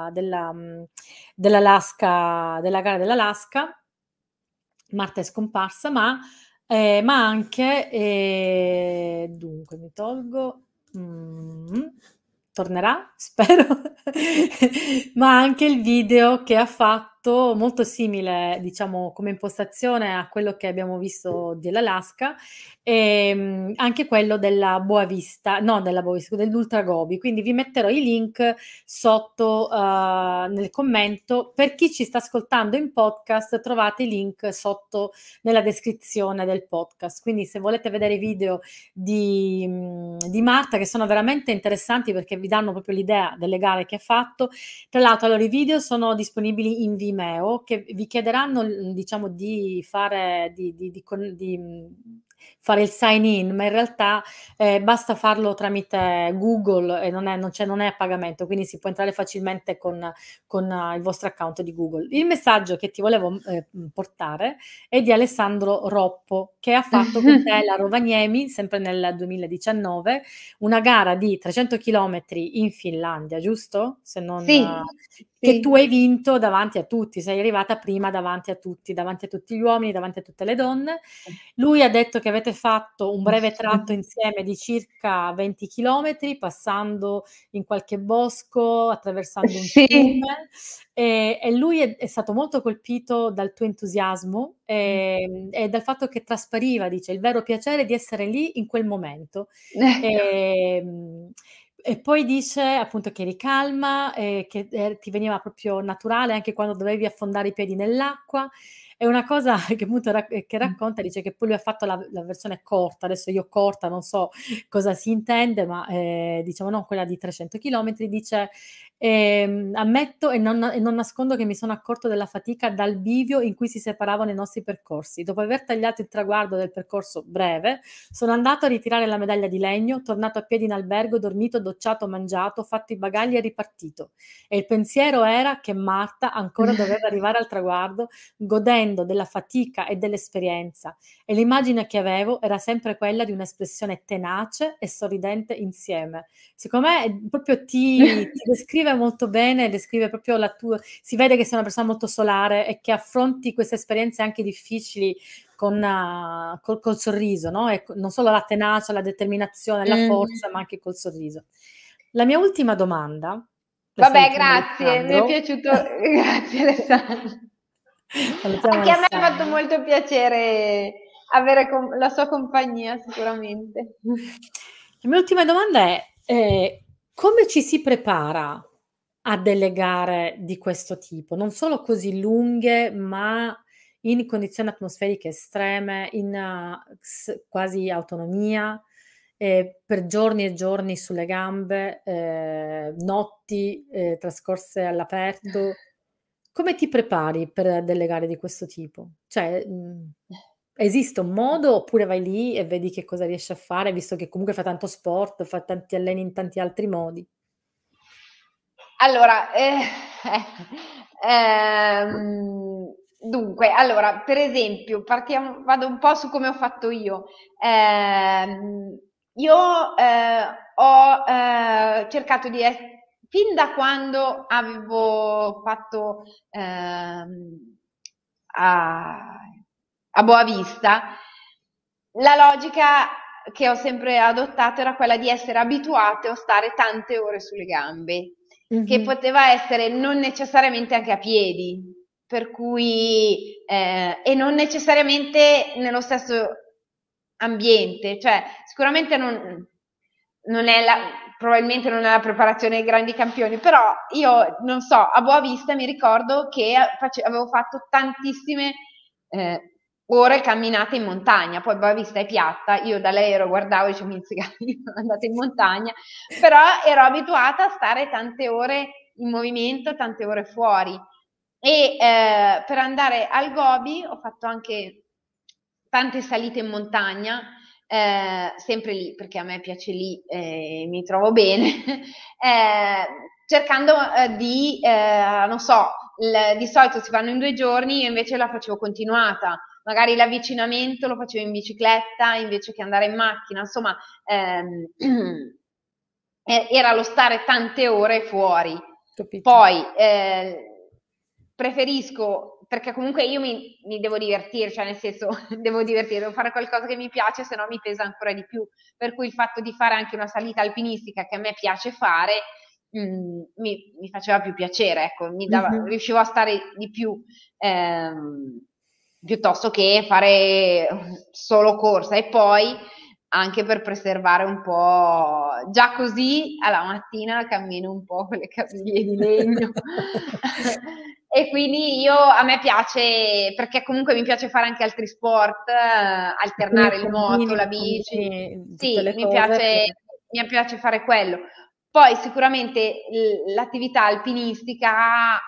dell'Alaska, della gara dell'Alaska, Marta è scomparsa, ma anche, dunque mi tolgo, tornerà, spero, ma anche il video che ha fatto fatto, molto simile, diciamo, come impostazione a quello che abbiamo visto dell'Alaska, anche quello della Boa Vista, no, della Boa Vista, dell'Ultra Gobi. Quindi vi metterò i link sotto nel commento. Per chi ci sta ascoltando in podcast, trovate i link sotto nella descrizione del podcast. Quindi se volete vedere i video di Marta, che sono veramente interessanti perché vi danno proprio l'idea delle gare che ha fatto. Tra l'altro, allora, i video sono disponibili in Vimeo, che vi chiederanno, diciamo, di fare fare il sign in, ma in realtà basta farlo tramite Google e non è a pagamento, quindi si può entrare facilmente con il vostro account di Google. Il messaggio che ti volevo portare è di Alessandro Roppo, che ha fatto con te la Rovaniemi, sempre nel 2019, una gara di 300 chilometri in Finlandia, giusto? Se non, Sì, che sì. tu hai vinto davanti a tutti, sei arrivata prima davanti a tutti gli uomini, davanti a tutte le donne. Lui ha detto che avete fatto un breve tratto insieme di circa 20 chilometri, passando in qualche bosco, attraversando un Sì. fiume, e lui è stato molto colpito dal tuo entusiasmo e dal fatto che traspariva, dice, il vero piacere di essere lì in quel momento. E poi dice appunto che eri calma, che ti veniva proprio naturale anche quando dovevi affondare i piedi nell'acqua. È una cosa che appunto che racconta, dice che poi lui ha fatto la versione corta, adesso io corta non so cosa si intende, ma diciamo non quella di 300 chilometri, dice ammetto e non nascondo che mi sono accorto della fatica dal bivio in cui si separavano i nostri percorsi. Dopo aver tagliato il traguardo del percorso breve, sono andato a ritirare la medaglia di legno, tornato a piedi in albergo, dormito, docciato, mangiato, fatto i bagagli e ripartito. E il pensiero era che Marta ancora doveva arrivare al traguardo, godendo della fatica e dell'esperienza, e l'immagine che avevo era sempre quella di un'espressione tenace e sorridente insieme. Secondo me proprio ti descrive molto bene, descrive proprio la tua, si vede che sei una persona molto solare e che affronti queste esperienze anche difficili col sorriso, no? E non solo la tenacia, la determinazione, la forza, ma anche col sorriso. La mia ultima domanda. Vabbè, grazie, mi è piaciuto. Grazie Alessandro. Salutiamo Anche a me ha Alessandro. fatto molto piacere avere la sua compagnia, sicuramente. La mia ultima domanda è come ci si prepara a delle gare di questo tipo? Non solo così lunghe, ma in condizioni atmosferiche estreme, in quasi autonomia, per giorni e giorni sulle gambe, notti trascorse all'aperto. Come ti prepari per delle gare di questo tipo? Cioè, esiste un modo oppure vai lì e vedi che cosa riesci a fare, visto che comunque fai tanto sport, ti alleni in tanti altri modi? Allora, dunque, allora, per esempio, vado un po' su come ho fatto io. Io ho cercato di essere, fin da quando avevo fatto a Boavista, la logica che ho sempre adottato era quella di essere abituate a stare tante ore sulle gambe, che poteva essere non necessariamente anche a piedi, per cui e non necessariamente nello stesso ambiente, cioè sicuramente non è probabilmente non è la preparazione ai grandi campioni, però io non so, a Boavista mi ricordo che avevo fatto tantissime ore camminate in montagna, poi Boavista è piatta, io dall'aereo guardavo e dicevo, sono andata in montagna, però ero abituata a stare tante ore in movimento, tante ore fuori, e per andare al Gobi ho fatto anche tante salite in montagna, sempre lì, perché a me piace lì, mi trovo bene, cercando non so, di solito si fanno in 2 giorni, io invece la facevo continuata, magari l'avvicinamento lo facevo in bicicletta invece che andare in macchina, insomma, era lo stare tante ore fuori. Capito. Poi preferisco, perché comunque io mi devo divertire, cioè nel senso devo divertire, devo fare qualcosa che mi piace, se no mi pesa ancora di più. Per cui il fatto di fare anche una salita alpinistica che a me piace fare, mi faceva più piacere, ecco, Mhm. riuscivo a stare di più, piuttosto che fare solo corsa. E poi anche per preservare un po', già così alla mattina cammino un po' con le caviglie di legno. E quindi a me piace, perché comunque mi piace fare anche altri sport, E quindi alternare il nuoto, la bici. combini tutte Sì, le cose mi piace fare quello. Poi sicuramente l'attività alpinistica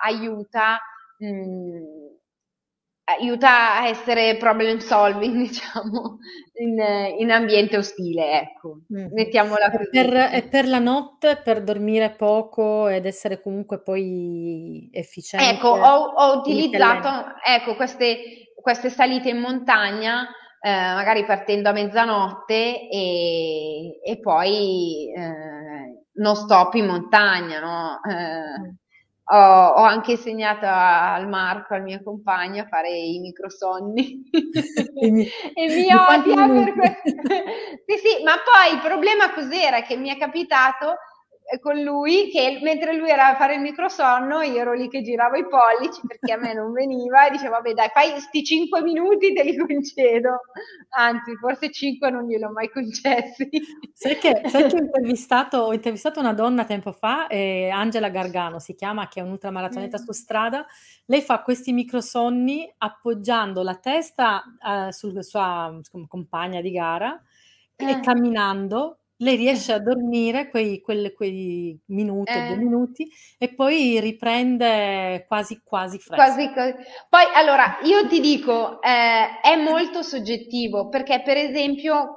mh, aiuta a essere problem solving, diciamo, in ambiente ostile, ecco, Mhm. mettiamola così. E per la notte, per dormire poco ed essere comunque poi Ecco, efficiente, ho come ti alleni? utilizzato, ecco, queste salite in montagna, magari partendo a mezzanotte e poi non stop in montagna, no? Mm. Ho anche insegnato al Marco, al mio compagno, a fare i microsonni Quindi, e mi di quanti odia per minuti? questo. Sì, sì, ma poi il problema cos'era? Che mi è capitato con lui che mentre lui era a fare il microsonno io ero lì che giravo i pollici perché a me non veniva e dicevo vabbè dai fai sti 5 minuti te li concedo, anzi forse 5 non gliel'ho mai concessi. Sai che ho intervistato una donna tempo fa, Angela Gargano si chiama, che è un'ultramaratoneta su Mm. strada. Lei fa questi microsonni appoggiando la testa sulla sua insomma, compagna di gara e Eh, camminando. Lei eh, riesce a dormire quei minuti o due eh. minuti e poi riprende quasi quasi fresca. Quasi, poi allora io ti dico, è molto soggettivo perché per esempio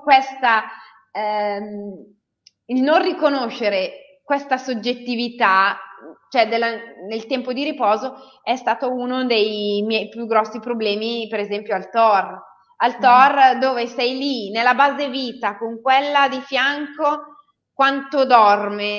il non riconoscere questa soggettività, cioè nel tempo di riposo, è stato uno dei miei più grossi problemi, per esempio al TOR. Al Mhm. TOR dove sei lì nella base vita con quella di fianco, quanto dorme?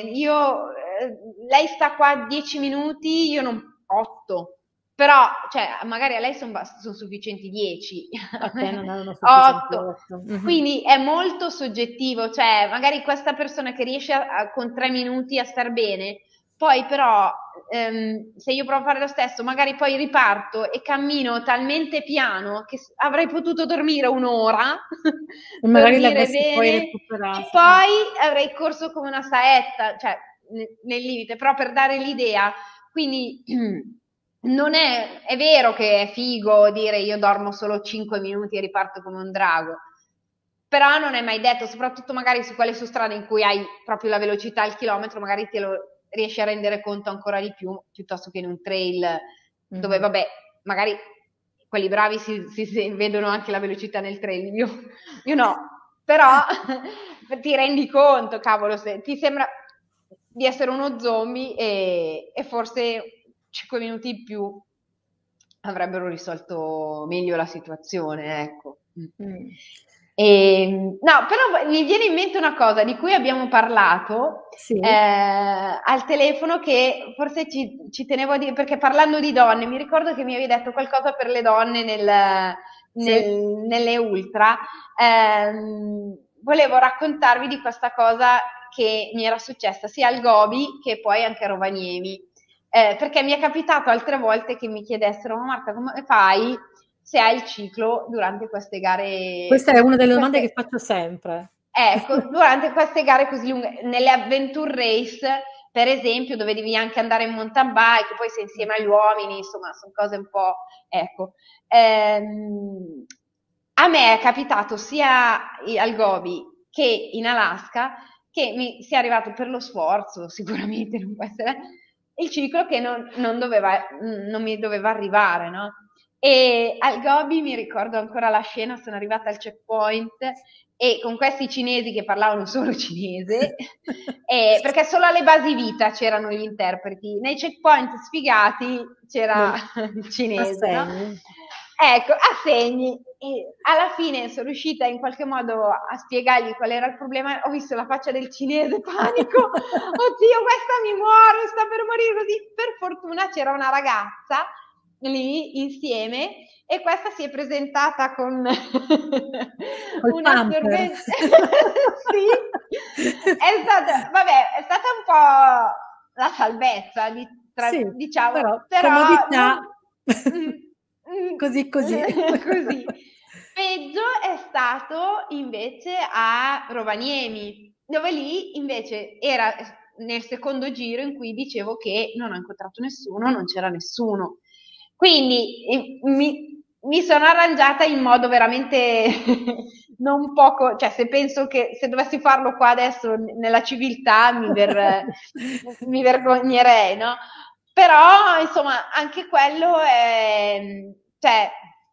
Lei sta qua 10 minuti, io non 8. Però, cioè, magari a lei sono sufficienti 10, A te non erano sufficienti 8. 8. Mhm. Quindi è molto soggettivo, cioè magari questa persona che riesce con 3 minuti a star bene, poi però se io provo a fare lo stesso, magari poi riparto e cammino talmente piano che avrei potuto dormire un'ora, E magari dormire l'avresti poi bene e recuperato. poi avrei corso come una saetta, cioè nel limite, però per dare l'idea. Quindi non è vero che è figo dire io dormo solo 5 minuti e riparto come un drago, però non è mai detto, soprattutto magari su quelle su strade in cui hai proprio la velocità al chilometro, magari te lo riesci a rendere conto ancora di più, piuttosto che in un trail dove, Mhm. vabbè, magari quelli bravi si vedono anche la velocità nel trail, io no, però ti rendi conto, cavolo, se ti sembra di essere uno zombie e forse 5 minuti in più avrebbero risolto meglio la situazione, ecco. Mm. No, però mi viene in mente una cosa di cui abbiamo parlato Sì, al telefono che forse ci tenevo a dire, perché parlando di donne, mi ricordo che mi avevi detto qualcosa per le donne sì. nelle ultra. Volevo raccontarvi di questa cosa che mi era successa sia al Gobi che poi anche a Rovaniemi. Perché mi è capitato altre volte che mi chiedessero: "Ma Marta, come fai se hai il ciclo durante queste gare Questa è una delle domande che queste faccio sempre. ecco, durante queste gare così lunghe, nelle adventure race, per esempio, dove devi anche andare in mountain bike, poi sei insieme agli uomini, insomma, sono cose un po', ecco. A me è capitato sia al Gobi che in Alaska che mi sia arrivato per lo sforzo, sicuramente non può essere, il ciclo che non mi doveva arrivare, no? E al Gobi mi ricordo ancora la scena, sono arrivata al checkpoint e con questi cinesi che parlavano solo cinese, perché solo alle basi vita c'erano gli interpreti, nei checkpoint sfigati c'era Non il cinese, no? assegni. Ecco, a segni. E alla fine sono riuscita in qualche modo a spiegargli qual era il problema. Ho visto la faccia del cinese, panico. Oddio, questa mi muore, sta per morire così. Per fortuna c'era una ragazza lì insieme e questa si è presentata con Col un pamper. assorbente. Sì, è stata, vabbè, è stata un po'. la salvezza, Sì, diciamo, però comodità così. così. Peggio è stato invece a Rovaniemi, dove lì invece era nel secondo giro in cui dicevo che non ho incontrato nessuno, non c'era nessuno. Quindi mi sono arrangiata in modo veramente non poco, cioè se penso che se dovessi farlo qua adesso nella civiltà mi vergognerei, no? Però insomma anche quello cioè,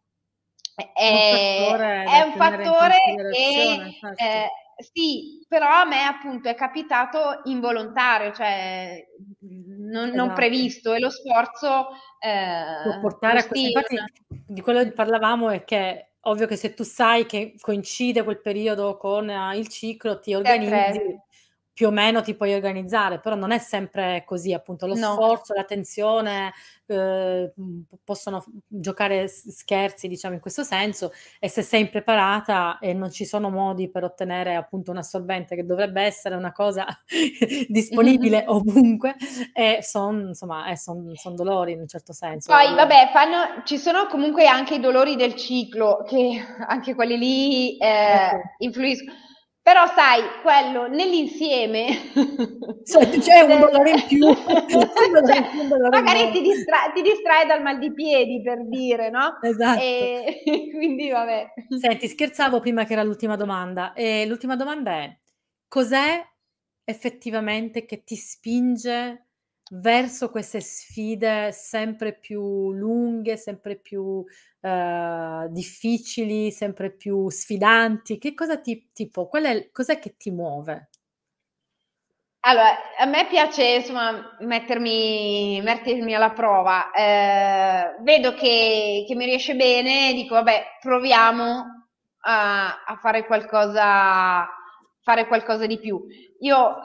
fattore è da un tenere in fattore che considerazione, certo. sì, però a me appunto è capitato involontario, cioè non Esatto. previsto, e lo sforzo Può portare lo a questo. Infatti stimola. di quello che parlavamo è che ovvio che se tu sai che coincide quel periodo con il ciclo, ti Ti organizzi, attrezzi. più o meno ti puoi organizzare, però non è sempre così, appunto lo No. sforzo, la tensione, possono giocare scherzi, diciamo, in questo senso, e se sei impreparata e non ci sono modi per ottenere appunto un assorbente, che dovrebbe essere una cosa disponibile ovunque, son dolori in un certo senso. Poi vabbè, ci sono comunque anche i dolori del ciclo, che anche quelli lì influiscono. Però sai, quello nell'insieme Cioè, c'è un dolore in più, un dolore cioè, in più, un dolore in magari meno. ti distrae dal mal di piedi, per dire, no? Esatto. E quindi vabbè. Senti, scherzavo prima che era l'ultima domanda, e l'ultima domanda è: cos'è effettivamente che ti spinge verso queste sfide sempre più lunghe, sempre più, difficili, sempre più sfidanti? Che cosa cos'è che ti muove? Allora, a me piace insomma mettermi alla prova. Vedo che mi riesce bene, dico vabbè, proviamo a fare qualcosa di più. Io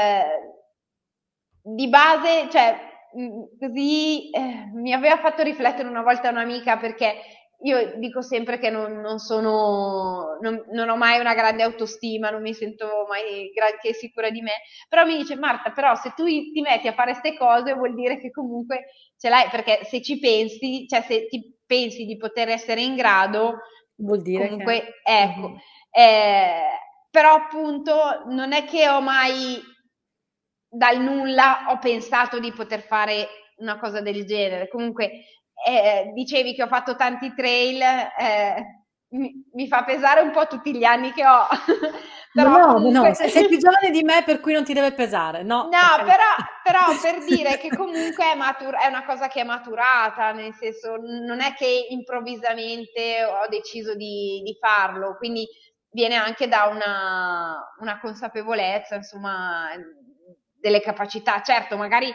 di base, cioè, così mi aveva fatto riflettere una volta un'amica, perché io dico sempre che non ho mai una grande autostima, non mi sento mai granché sicura di me, però mi dice Marta, però se tu ti metti a fare queste cose vuol dire che comunque ce l'hai, perché se ci pensi, cioè se ti pensi di poter essere in grado, Vuol dire comunque che ecco, però appunto non è che ho mai dal nulla ho pensato di poter fare una cosa del genere. Comunque dicevi che ho fatto tanti trail, mi fa pesare un po' tutti gli anni che ho, però no, comunque sei più giovane di me, per cui non ti deve pesare, no, per no, carità. però per dire che comunque è una cosa che è maturata, nel senso non è che improvvisamente ho deciso di farlo, quindi viene anche da una consapevolezza, insomma, delle capacità. Certo, magari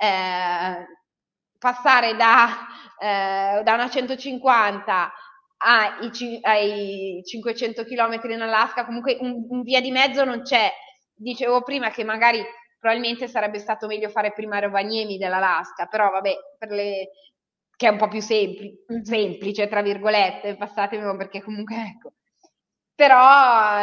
passare da una 150 ai 500 km in Alaska, comunque un via di mezzo non c'è. Dicevo prima che magari probabilmente sarebbe stato meglio fare prima Rovaniemi dell'Alaska, però vabbè, che è un po' più semplice, tra virgolette, passatemi, perché comunque ecco. Però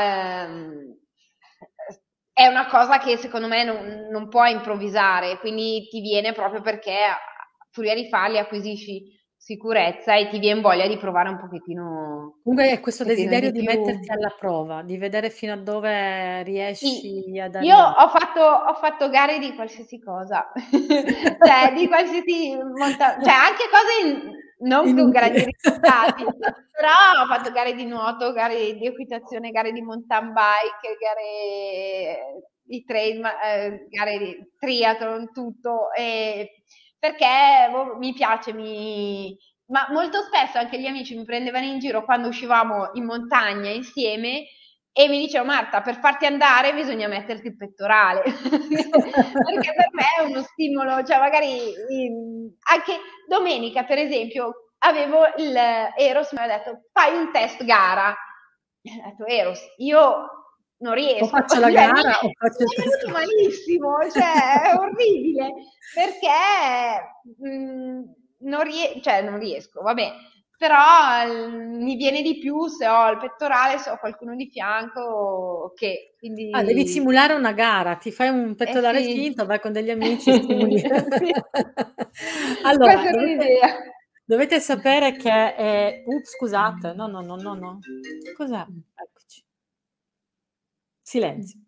è una cosa che secondo me non puoi improvvisare, quindi ti viene proprio perché a furia di farli acquisisci sicurezza e ti viene voglia di provare un pochettino Comunque è questo desiderio di di più. metterti alla prova, di vedere fino a dove Sì, riesci ad io arrivare. ho fatto gare di qualsiasi cosa, cioè di qualsiasi cioè anche cose non con grandi Inutile. risultati, però ho fatto gare di nuoto, gare di equitazione, gare di mountain bike, gare di trail, gare di triathlon, tutto, perché mi piace, ma molto spesso anche gli amici mi prendevano in giro quando uscivamo in montagna insieme e mi dicevo Marta, per farti andare bisogna metterti il pettorale, perché per me è uno stimolo, cioè magari anche domenica per esempio avevo Eros mi aveva detto fai un test gara, ho detto Eros, io non riesco, O faccio la cioè, gara o faccio il mi è test. venuto malissimo, cioè è orribile, perché non riesco, vabbè, però mi viene di più se ho il pettorale, se ho qualcuno di fianco, quindi... devi simulare una gara, ti fai un pettorale sì. finto, vai con degli amici e simuli. Sì. Allora, Questa era un'idea. dovete sapere che... scusate, no. Cos'è? Eccoci. Silenzio.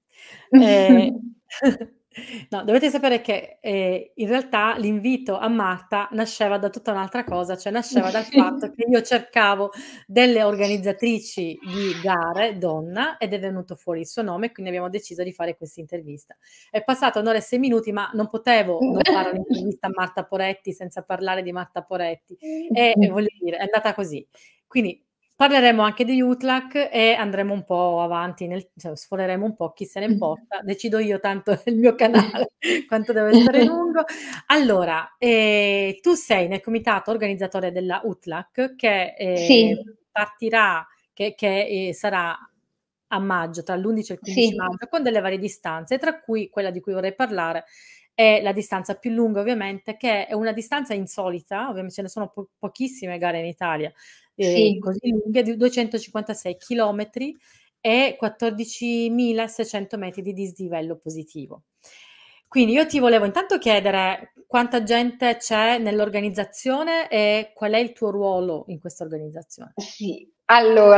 No, dovete sapere che in realtà l'invito a Marta nasceva da tutta un'altra cosa, cioè nasceva dal fatto che io cercavo delle organizzatrici di gare donna ed è venuto fuori il suo nome, quindi abbiamo deciso di fare questa intervista. È passata 1 ora e 6 minuti, ma non potevo non fare un'intervista a Marta Poretti senza parlare di Marta Poretti e voglio dire, è andata così. Quindi parleremo anche di UTLAC e andremo un po' avanti, cioè sforeremo un po', chi se ne importa, decido io tanto il mio canale quanto deve essere lungo. Allora, tu sei nel comitato organizzatore della UTLAC che Sì. partirà, che sarà a maggio, tra l'11 e il 15 Sì. maggio, con delle varie distanze, tra cui quella di cui vorrei parlare è la distanza più lunga ovviamente, che è una distanza insolita, ovviamente ce ne sono pochissime gare in Italia, Sì. così lunghe, di 256 chilometri e 14.600 metri di dislivello positivo. Quindi io ti volevo intanto chiedere quanta gente c'è nell'organizzazione e qual è il tuo ruolo in questa organizzazione. Sì, allora,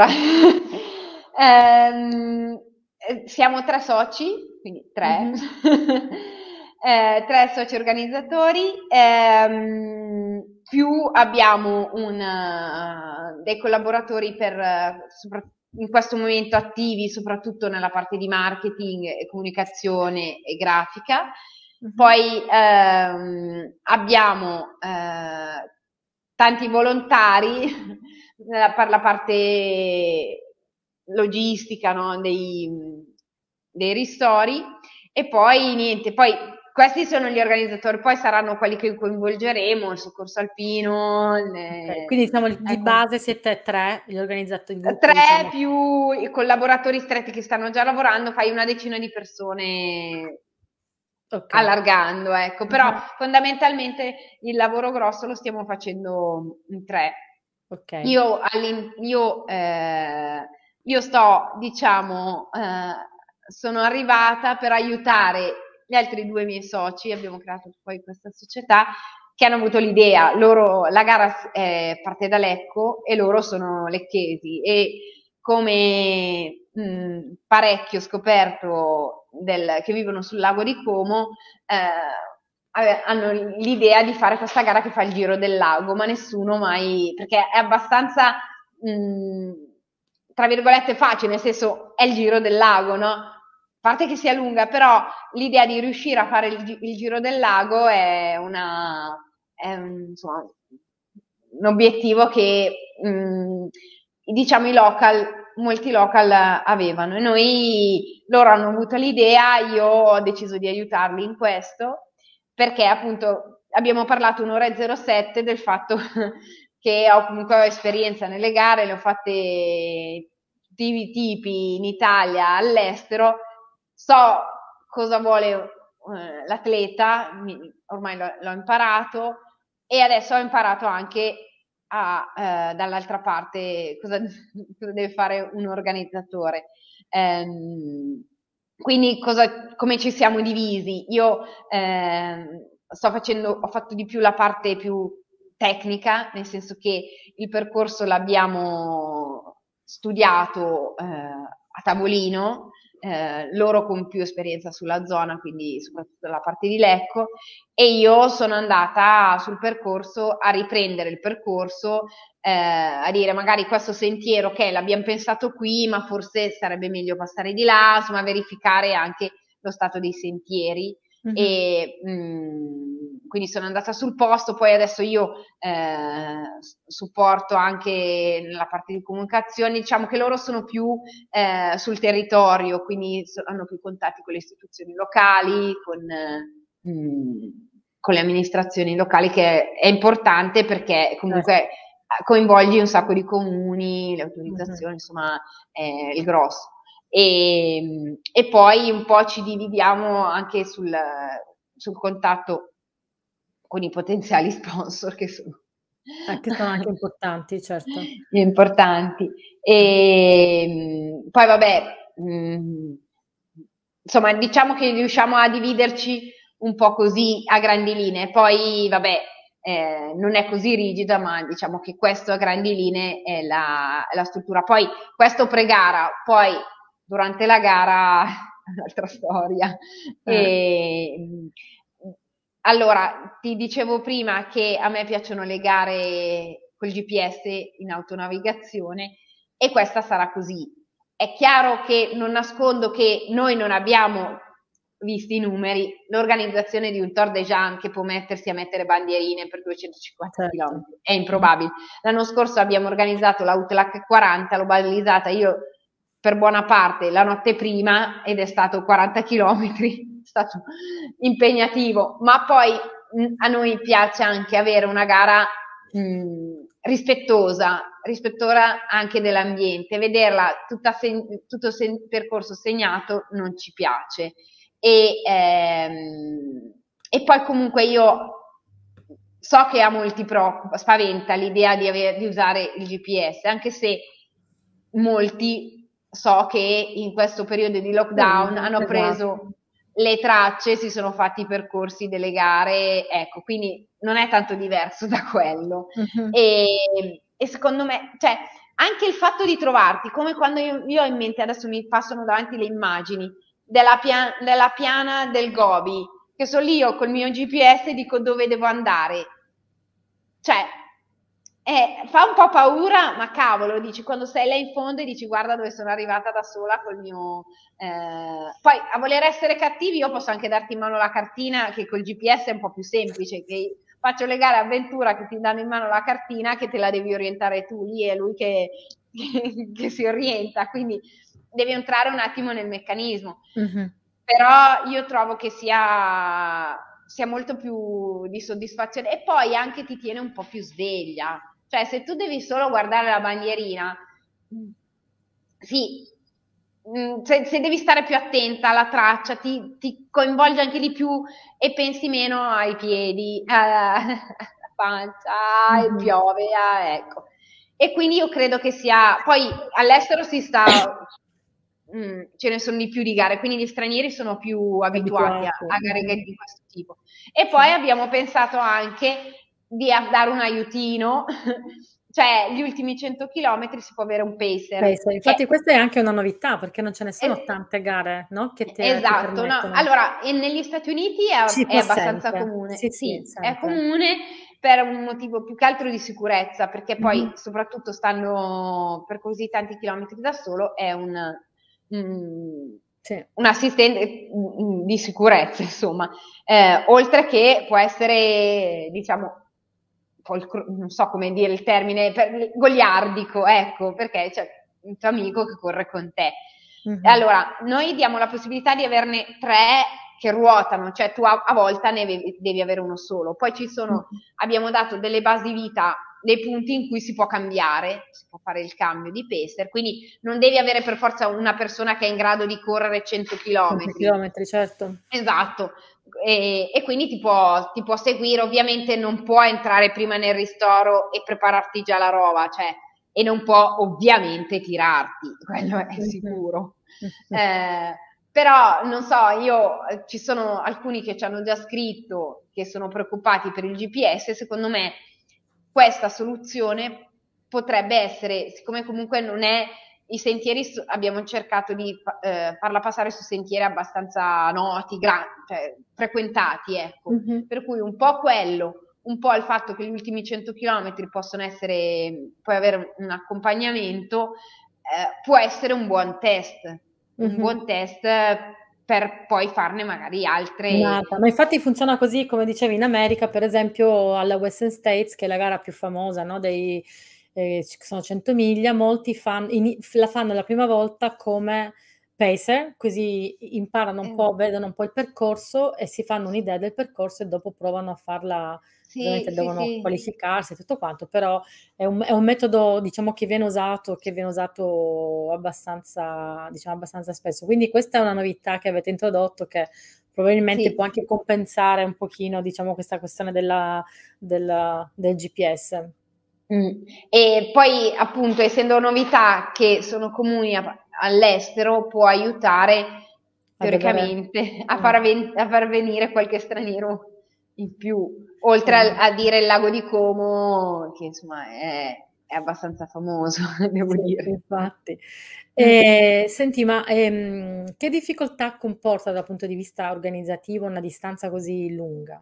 siamo 3 soci, quindi 3, 3 soci organizzatori, più abbiamo dei collaboratori in questo momento attivi soprattutto nella parte di marketing e comunicazione e grafica. Poi abbiamo tanti volontari per la parte logistica, no? dei ristori, e poi niente, poi questi sono gli organizzatori, poi saranno quelli che coinvolgeremo, il soccorso alpino. Okay, quindi diciamo di base siete 3 gli organizzatori, il gruppo 3 diciamo. più i collaboratori stretti che stanno già lavorando, fai una decina di persone. Okay. Allargando, ecco, però fondamentalmente il lavoro grosso lo stiamo facendo in 3. Okay. Io sto, diciamo, sono arrivata per aiutare gli altri 2 miei soci, abbiamo creato poi questa società, che hanno avuto l'idea, la gara parte da Lecco e loro sono lecchesi e come parecchio scoperto che vivono sul lago di Como, hanno l'idea di fare questa gara che fa il giro del lago, ma nessuno mai, perché è abbastanza, tra virgolette, facile, nel senso è il giro del lago, no? A parte che sia lunga, però l'idea di riuscire a fare il giro del lago è insomma, un obiettivo che diciamo molti local avevano, e loro hanno avuto l'idea, io ho deciso di aiutarli in questo, perché appunto abbiamo parlato 1 ora e 07 del fatto che comunque ho esperienza nelle gare, le ho fatte tutti i tipi in Italia, all'estero, so cosa vuole l'atleta, ormai l'ho imparato, e adesso ho imparato anche dall'altra parte cosa deve fare un organizzatore. Quindi come ci siamo divisi? Io ho fatto di più la parte più tecnica, nel senso che il percorso l'abbiamo studiato a tavolino, loro con più esperienza sulla zona, quindi soprattutto la parte di Lecco, e io sono andata sul percorso a riprendere il percorso, a dire magari questo sentiero che l'abbiamo pensato qui, ma forse sarebbe meglio passare di là, insomma verificare anche lo stato dei sentieri. E quindi sono andata sul posto, poi adesso io supporto anche nella parte di comunicazione, diciamo che loro sono più sul territorio, quindi hanno più contatti con le istituzioni locali, con le amministrazioni locali, che è importante perché comunque coinvolgi un sacco di comuni, le autorizzazioni, insomma il grosso. E poi un po' ci dividiamo anche sul contatto con i potenziali sponsor, che sono Che sono anche importanti, certo. Importanti. E poi vabbè, insomma, diciamo che riusciamo a dividerci un po' così a grandi linee. Poi vabbè, non è così rigida, ma diciamo che questo a grandi linee è la struttura. Poi questo pre-gara, poi durante la gara è un'altra storia. E, allora, ti dicevo prima che a me piacciono le gare col GPS in autonavigazione e questa sarà così. È chiaro che non nascondo che noi non abbiamo, visti i numeri, l'organizzazione di un Tour de Jean che può mettersi a mettere bandierine per 250 Certo. km. È improbabile. L'anno scorso abbiamo organizzato l'Outlack 40, l'ho ballizzata io per buona parte la notte prima ed è stato 40 km, è stato impegnativo, ma poi a noi piace anche avere una gara rispettosa anche dell'ambiente, vederla tutto percorso segnato non ci piace e poi comunque io so che a molti spaventa l'idea di usare il GPS, anche se molti so che in questo periodo di lockdown hanno preso le tracce, si sono fatti i percorsi delle gare, ecco, quindi non è tanto diverso da quello. E secondo me, cioè, anche il fatto di trovarti, come quando io ho in mente, adesso mi passano davanti le immagini, della piana del Gobi, che sono lì io col mio GPS e dico dove devo andare. Cioè, fa un po' paura, ma cavolo, dici, quando sei là in fondo e dici guarda dove sono arrivata da sola col mio... Poi, a voler essere cattivi, io posso anche darti in mano la cartina, che col GPS è un po' più semplice, che faccio le gare avventura che ti danno in mano la cartina, che te la devi orientare tu, lì è lui che si orienta, quindi devi entrare un attimo nel meccanismo. Però io trovo che sia molto più di soddisfazione e poi anche ti tiene un po' più sveglia. Cioè, se tu devi solo guardare la bandierina, sì, se devi stare più attenta alla traccia, ti coinvolge anche di più e pensi meno ai piedi, alla pancia, piove, ecco. E quindi io credo che sia... Poi all'estero si sta... ce ne sono di più di gare, quindi gli stranieri sono più abituati a gare di questo tipo. E poi abbiamo pensato anche di dare un aiutino, cioè gli ultimi 100 km si può avere un pacer. Infatti questa è anche una novità, perché non ce ne sono tante gare, no? Che ti Esatto, no? Allora, negli Stati Uniti è abbastanza comune, sì, è comune per un motivo più che altro di sicurezza, perché poi soprattutto stando per così tanti chilometri da solo è un assistente di sicurezza, insomma, oltre che può essere, diciamo, non so come dire il termine, goliardico, ecco, perché c'è un tuo amico che corre con te. Allora, noi diamo la possibilità di averne 3 che ruotano, cioè tu a volta ne devi avere uno solo. Poi abbiamo dato delle basi vita, dei punti in cui si può cambiare, si può fare il cambio di pacer, quindi non devi avere per forza una persona che è in grado di correre 100 km. 100 km, certo. Esatto. E quindi ti può seguire, ovviamente non può entrare prima nel ristoro e prepararti già la roba, cioè, e non può ovviamente tirarti, quello è sicuro. Però non so, ci sono alcuni che ci hanno già scritto che sono preoccupati per il GPS, secondo me questa soluzione potrebbe essere, siccome comunque non è, i sentieri abbiamo cercato di farla passare su sentieri abbastanza noti, cioè, frequentati, ecco, per cui un po' quello, un po' il fatto che gli ultimi 100 km possono essere, puoi avere un accompagnamento, può essere un buon test, per poi farne magari altre. Ma infatti funziona così, come dicevi, in America, per esempio alla Western States, che è la gara più famosa, no, sono 100 miglia, molti la fanno la prima volta come pacer, così imparano un po', vedono un po' il percorso e si fanno un'idea del percorso e dopo provano a farla. Ovviamente devono qualificarsi e tutto quanto, però è un metodo, diciamo, che viene usato abbastanza, diciamo, abbastanza spesso. Quindi questa è una novità che avete introdotto che probabilmente Sì. può anche compensare un pochino, diciamo, questa questione del GPS. E poi appunto essendo novità che sono comuni all'estero può aiutare Ad avere teoricamente a far venire qualche straniero in più, oltre Sì. a dire il lago di Como, che insomma è abbastanza famoso, devo Sì, dire. infatti. Mm. Senti, ma che difficoltà comporta dal punto di vista organizzativo una distanza così lunga?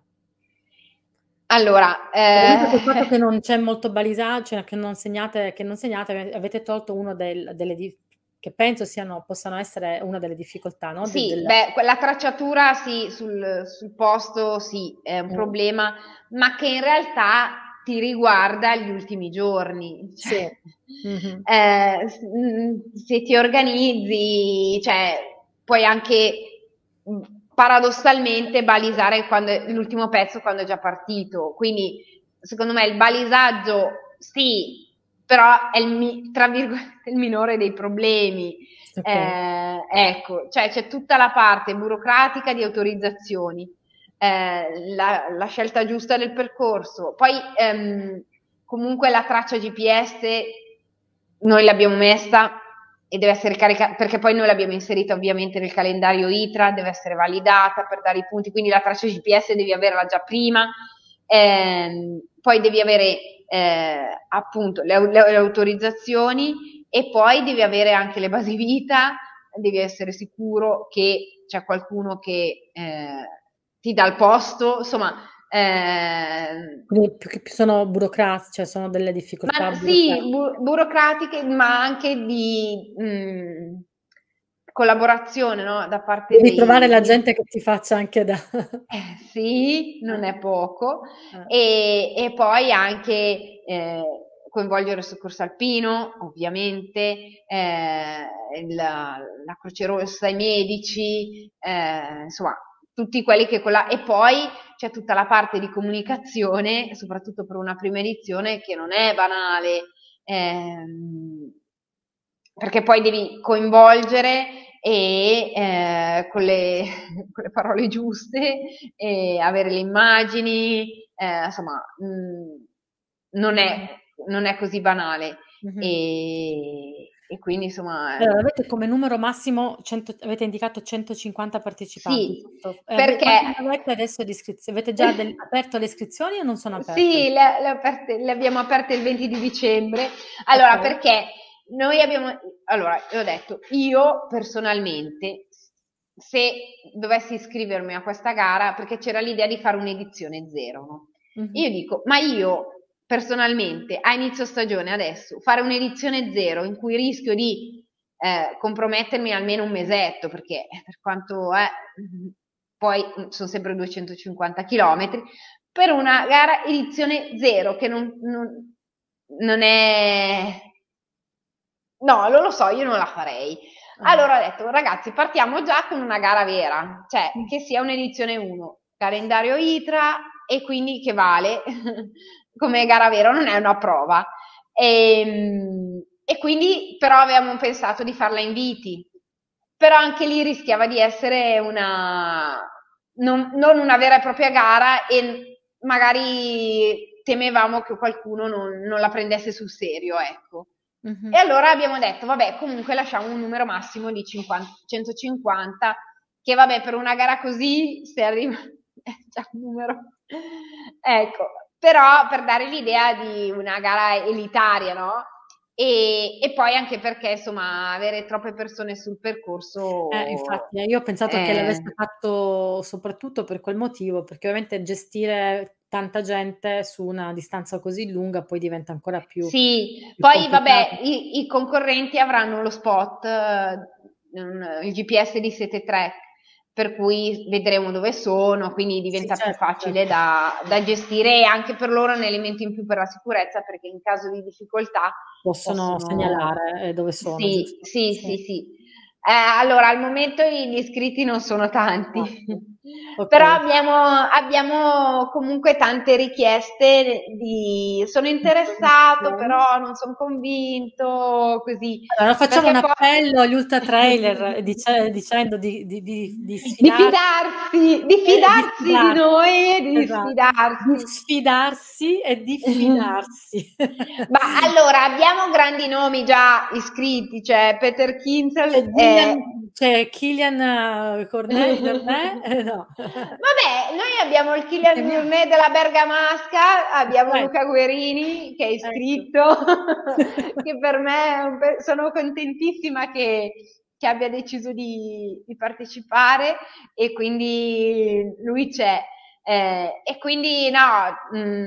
Allora, Ovviamente col fatto che non c'è molto cioè che non segnate, avete tolto uno delle che penso possano essere una delle difficoltà, no? sì, beh, la tracciatura sì, sul posto sì, è un Mm, problema, ma che in realtà ti riguarda gli ultimi giorni. sì. Cioè, Mhm. se ti organizzi, cioè, puoi anche mh, paradossalmente balisare l'ultimo pezzo quando è già partito. Quindi, secondo me, il balisaggio sì, però è tra virgolette il minore dei problemi. Ok. Ecco, cioè c'è tutta la parte burocratica di autorizzazioni, la scelta giusta del percorso, poi comunque la traccia GPS noi l'abbiamo messa e deve essere caricata, perché poi noi l'abbiamo inserita ovviamente nel calendario ITRA, deve essere validata per dare i punti, quindi la traccia GPS devi averla già prima, poi devi avere appunto le autorizzazioni e poi devi avere anche le basi vita, devi essere sicuro che c'è qualcuno che ti dà il posto, insomma, Quindi più che più sono burocratici, cioè sono delle difficoltà ma sì, burocratiche. burocratiche, ma anche di collaborazione, no? Da parte Devi trovare la dei gente che ti faccia anche da sì, non è poco. eh. E poi anche coinvolgere il soccorso alpino, ovviamente, la Croce Rossa, i medici, insomma, tutti quelli che e poi c'è tutta la parte di comunicazione, soprattutto per una prima edizione, che non è banale, perché poi devi coinvolgere e con le parole giuste e avere le immagini, insomma, non è così banale. Mh-mh. E quindi insomma, Allora avete come numero massimo 100, avete indicato 150 partecipanti, sì, giusto? E perché quanti ne avete adesso di avete già aperto le iscrizioni o non sono aperte? sì, le abbiamo aperte il 20 di dicembre. Allora, Okay. perché noi abbiamo, allora, ho detto, io personalmente, se dovessi iscrivermi a questa gara, perché c'era l'idea di fare un'edizione zero, no? Mh-mh. Io dico, ma io personalmente a inizio stagione adesso fare un'edizione zero in cui rischio di compromettermi almeno un mesetto, perché per quanto è, poi sono sempre 250 chilometri, per una gara edizione zero che non è... No, non lo so, io non la farei. Ah. Allora ho detto, ragazzi, partiamo già con una gara vera, cioè Mh. che sia un'edizione 1, calendario ITRA e quindi che vale come gara vera, non è una prova. E quindi però avevamo pensato di farla in viti, però anche lì rischiava di essere non una vera e propria gara e magari temevamo che qualcuno non la prendesse sul serio, ecco. Mh-mh. E allora abbiamo detto, vabbè, comunque lasciamo un numero massimo di 150, che vabbè, per una gara così, se arriva, è già un numero. Ecco, però per dare l'idea di una gara elitaria, no? E poi anche perché, insomma, avere troppe persone sul percorso... Infatti, io ho pensato che eh, l'aveste fatto soprattutto per quel motivo, perché ovviamente gestire tanta gente su una distanza così lunga poi diventa ancora Sì, più poi complicato. vabbè, i concorrenti avranno lo spot, il GPS di Sete Track, per cui vedremo dove sono, quindi Sì, diventa più certo, facile certo. da gestire e anche per loro un elemento in più per la sicurezza, perché in caso di difficoltà Possono possono... segnalare, dove sono, Sì, giusto? sì, Sì. sì, sì. Allora, al momento gli iscritti non sono tanti. Ok. Però abbiamo comunque tante richieste sono interessato, però non sono convinto, così. Allora, facciamo un Perché poi appello agli ultra trailer dicendo di di sfidarsi, fidarsi, di di fidarsi di sfidarsi, noi e di esatto, di sfidarsi. sfidarsi e di fidarsi. Ma allora abbiamo grandi nomi già iscritti, cioè Peter Kinzel C'è Kylian Jornet, no. Vabbè, noi abbiamo il Kylian Chiamiamo. Jornet della Bergamasca, abbiamo Ecco, Luca Guerini che è ecco. iscritto, che per me sono contentissima che abbia deciso di partecipare e quindi lui c'è. E quindi no,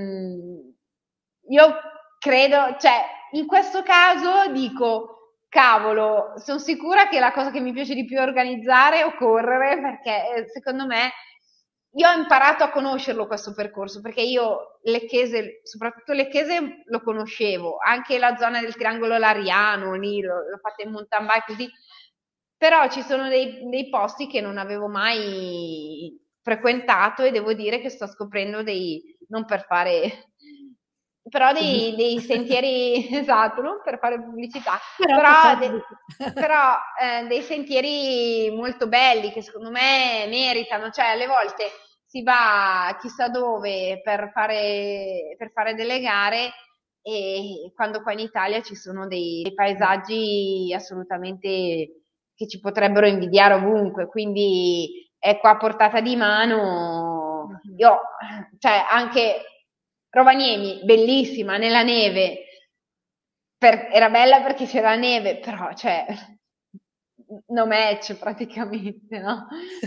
io credo, cioè in questo caso dico, cavolo, sono sicura che la cosa che mi piace di più è organizzare o correre, perché secondo me io ho imparato a conoscerlo questo percorso, perché io Lecchese, soprattutto Lecchese lo conoscevo, anche la zona del Triangolo Lariano, lì l'ho fatta in mountain bike così, però ci sono dei posti che non avevo mai frequentato e devo dire che sto scoprendo non per fare, però dei sentieri, esatto, non per fare pubblicità, Però però, facciamo pubblicità. però dei sentieri molto belli che secondo me meritano, cioè alle volte si va chissà dove per fare delle gare e quando qua in Italia ci sono dei paesaggi assolutamente che ci potrebbero invidiare ovunque, quindi è qua a portata di mano. Io, cioè, anche Rovaniemi, bellissima, nella neve, era bella perché c'era neve, però, cioè, no match praticamente, no?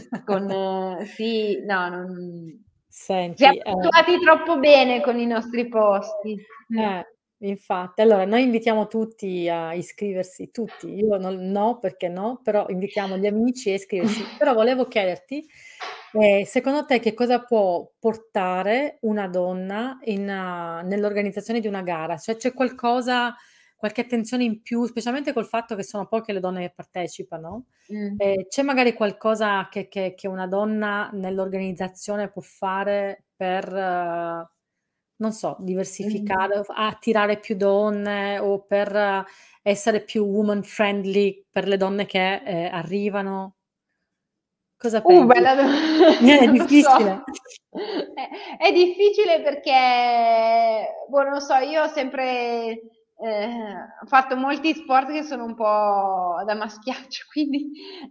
Sì, no, siamo Senti, abituati troppo bene con i nostri posti. eh, infatti. Allora, noi invitiamo tutti a iscriversi, tutti. Io no, perché no, però invitiamo gli amici a iscriversi. Però volevo chiederti, secondo te che cosa può portare una donna nell'organizzazione di una gara? Cioè c'è qualche attenzione in più, specialmente col fatto che sono poche le donne che partecipano? Mm. C'è magari qualcosa che una donna nell'organizzazione può fare per, non so, diversificare, attirare più donne o per essere più woman friendly per le donne che arrivano? Cosa pensi? Bella È non lo so. difficile. È difficile perché, boh, non lo so, io ho sempre fatto molti sport che sono un po' da maschiaccio, quindi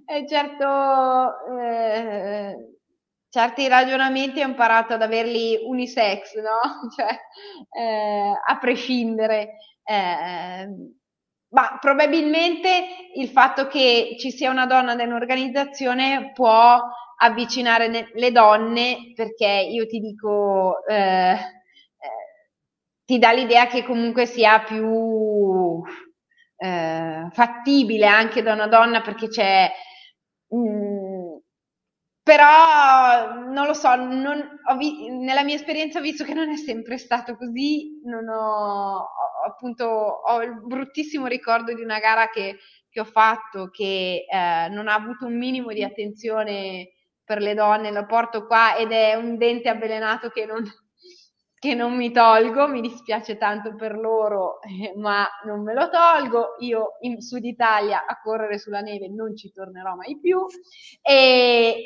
certi ragionamenti ho imparato ad averli unisex, no? Cioè, a prescindere. Ma probabilmente il fatto che ci sia una donna nell'organizzazione può avvicinare le donne, perché io ti dico, ti dà l'idea che comunque sia più fattibile anche da una donna, perché però non lo so, nella mia esperienza ho visto che non è sempre stato così, non appunto ho il bruttissimo ricordo di una gara che ho fatto che non ha avuto un minimo di attenzione per le donne, lo porto qua ed è un dente avvelenato che non mi tolgo, mi dispiace tanto per loro, ma non me lo tolgo. Io in Sud Italia a correre sulla neve non ci tornerò mai più. E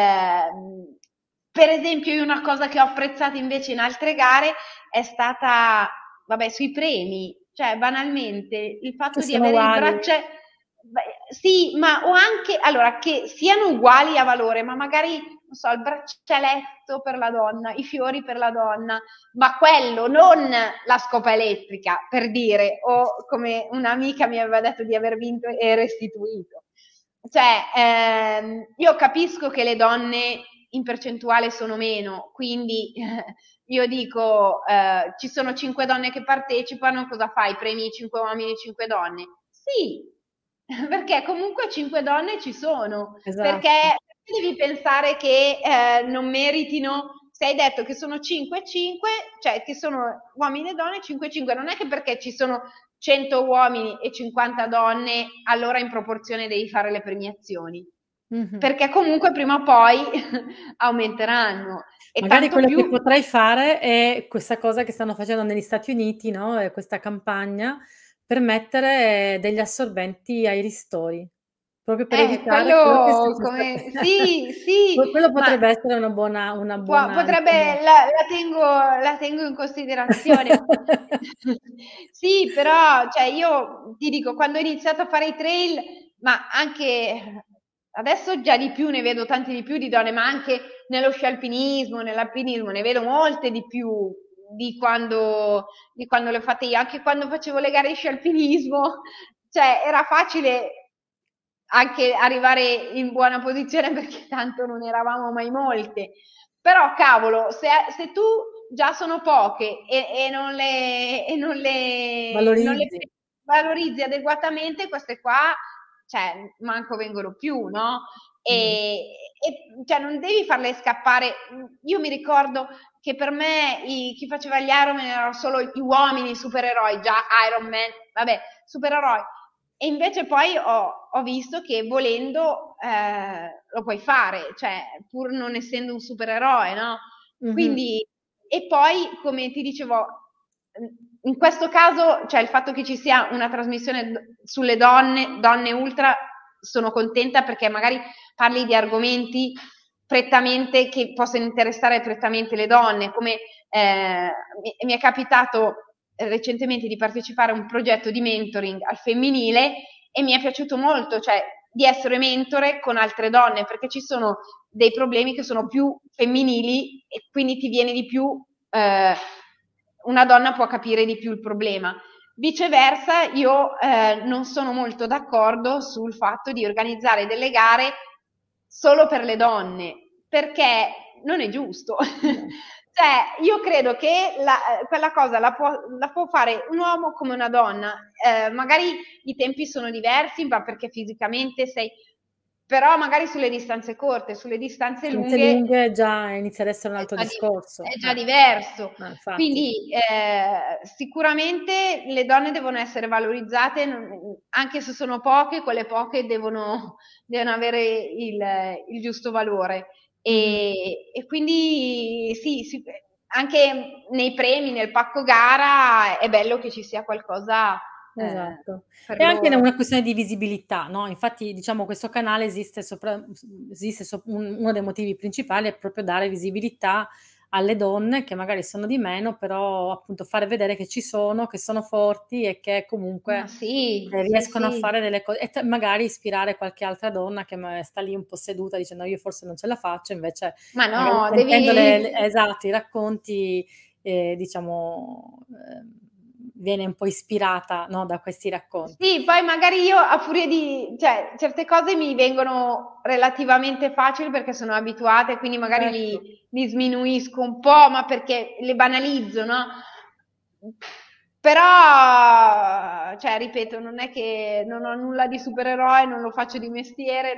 per esempio, io una cosa che ho apprezzato invece in altre gare è stata, vabbè, sui premi, cioè banalmente il Che fatto di sono avere il uguali. braccio. Sì, ma o anche, allora, che siano uguali a valore, ma magari, non so, il braccialetto per la donna, i fiori per la donna, ma quello, non la scopa elettrica, per dire, o come un'amica mi aveva detto di aver vinto e restituito. Cioè, io capisco che le donne in percentuale sono meno, quindi io dico, ci sono 5 donne che partecipano, cosa fai? Premi 5 uomini e 5 donne? Sì, perché comunque 5 donne ci sono, Esatto. perché devi pensare che non meritino, se hai detto che sono 5 e 5, cioè che sono uomini e donne 5 e 5, non è che perché ci sono 100 uomini e 50 donne, allora in proporzione devi fare le premiazioni. perché comunque prima o poi aumenteranno. E Magari tanto quello che più potrai fare è questa cosa che stanno facendo negli Stati Uniti, no, questa campagna per mettere degli assorbenti ai ristori, proprio per evitare quello che è quello successo. come sì, sì, Quello ma potrebbe essere una buona, diciamo. potrebbe la tengo in considerazione. Sì, però cioè io ti dico, quando ho iniziato a fare i trail, ma anche adesso già di più ne vedo tanti di più di donne, ma anche nello sci alpinismo, nell'alpinismo ne vedo molte di più di quando le ho fatte io, anche quando facevo le gare di sci alpinismo, cioè era facile anche arrivare in buona posizione perché tanto non eravamo mai molte. Però cavolo, se tu già sono poche non le Valorizzi. valorizzi adeguatamente, queste qua, cioè, manco vengono più, no? Mm. Cioè, non devi farle scappare. Io mi ricordo che per me chi faceva gli Ironman erano solo gli uomini supereroi, già Iron Man, vabbè, supereroi. E invece poi ho visto che volendo lo puoi fare, cioè pur non essendo un supereroe, no? Mhm. Quindi, e poi, come ti dicevo, in questo caso, cioè il fatto che ci sia una trasmissione sulle donne ultra, sono contenta perché magari parli di argomenti prettamente che possono interessare prettamente le donne, come mi è capitato recentemente di partecipare a un progetto di mentoring al femminile e mi è piaciuto molto, cioè di essere mentore con altre donne, perché ci sono dei problemi che sono più femminili e quindi ti viene di più, una donna può capire di più il problema. Viceversa, io non sono molto d'accordo sul fatto di organizzare delle gare solo per le donne, perché non è giusto. No. Cioè, io credo che quella cosa la può fare un uomo come una donna. Magari i tempi sono diversi, ma perché fisicamente sei. Però magari sulle distanze corte, sulle distanze Distanze lunghe lunghe già inizia ad essere un altro discorso. è già diverso. Infatti. Quindi sicuramente le donne devono essere valorizzate, anche se sono poche, quelle poche devono avere il giusto valore. Mhm. E quindi sì, anche nei premi, nel pacco gara, è bello che ci sia qualcosa Esatto. per E anche loro. una questione di visibilità, no, infatti diciamo questo canale esiste uno dei motivi principali è proprio dare visibilità alle donne che magari sono di meno, però appunto fare vedere che ci sono, che sono forti e che Ma comunque sì, sì, riescono a sì. fare delle cose e magari ispirare qualche altra donna che sta lì un po' seduta dicendo io forse non ce la faccio, invece Ma magari no, sentendo esatto, i racconti diciamo, viene un po' ispirata, no, da questi racconti. Sì, poi magari io a furia di, cioè, certe cose mi vengono relativamente facili perché sono abituate, quindi magari Certo. li sminuisco un po', ma perché le banalizzo, no? Però, cioè, ripeto, non è che non ho nulla di supereroe, non lo faccio di mestiere,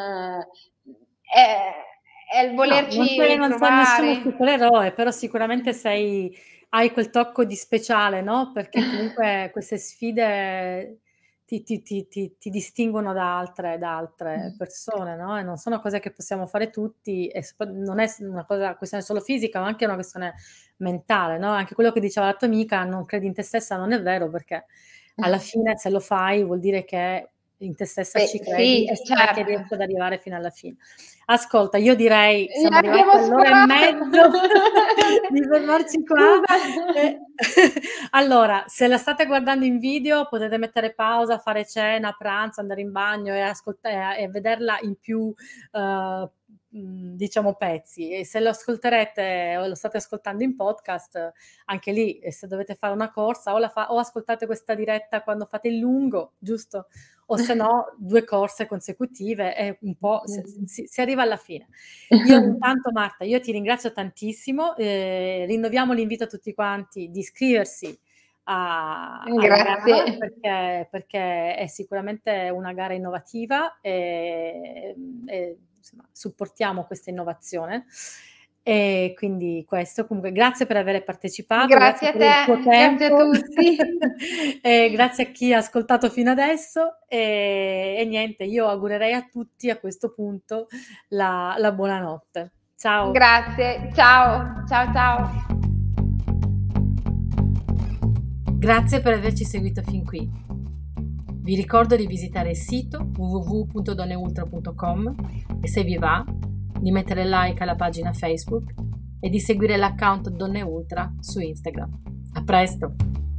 è il No, volerci non sei nessuno provare. supereroe, però sicuramente hai quel tocco di speciale, no? Perché comunque queste sfide ti distinguono da altre persone, no? E non sono cose che possiamo fare tutti, e non è una questione solo fisica, ma anche una questione mentale, no? Anche quello che diceva la tua amica, non credi in te stessa, non è vero, perché alla fine se lo fai vuol dire che in te stessa Beh, ci credi e sì, sai che certo. riesci ad arrivare fino alla fine. Ascolta, io direi Gli siamo arrivati abbiamo all'ora e sforato. mezzo di fermarci qua. Scusa. E allora, se la state guardando in video potete mettere pausa, fare cena, pranzo, andare in bagno e vederla in più diciamo pezzi. E se lo ascolterete o lo state ascoltando in podcast, anche lì se dovete fare una corsa o ascoltate questa diretta quando fate il lungo, giusto? O se no 2 corse consecutive e un po' si arriva alla fine. Io intanto Marta, io ti ringrazio tantissimo, rinnoviamo l'invito a tutti quanti di iscriversi alla gara Grazie. perché è sicuramente una gara innovativa e insomma, supportiamo questa innovazione. E quindi questo, comunque grazie per aver partecipato, Grazie a per il tuo te, grazie a tempo, tutti. e grazie a chi ha ascoltato fino adesso e niente, io augurerei a tutti a questo punto la buonanotte. Ciao! Grazie, ciao, ciao, ciao. Grazie per averci seguito fin qui. Vi ricordo di visitare il sito www.donneultra.com e se vi va, di mettere like alla pagina Facebook e di seguire l'account Donne Ultra su Instagram. A presto!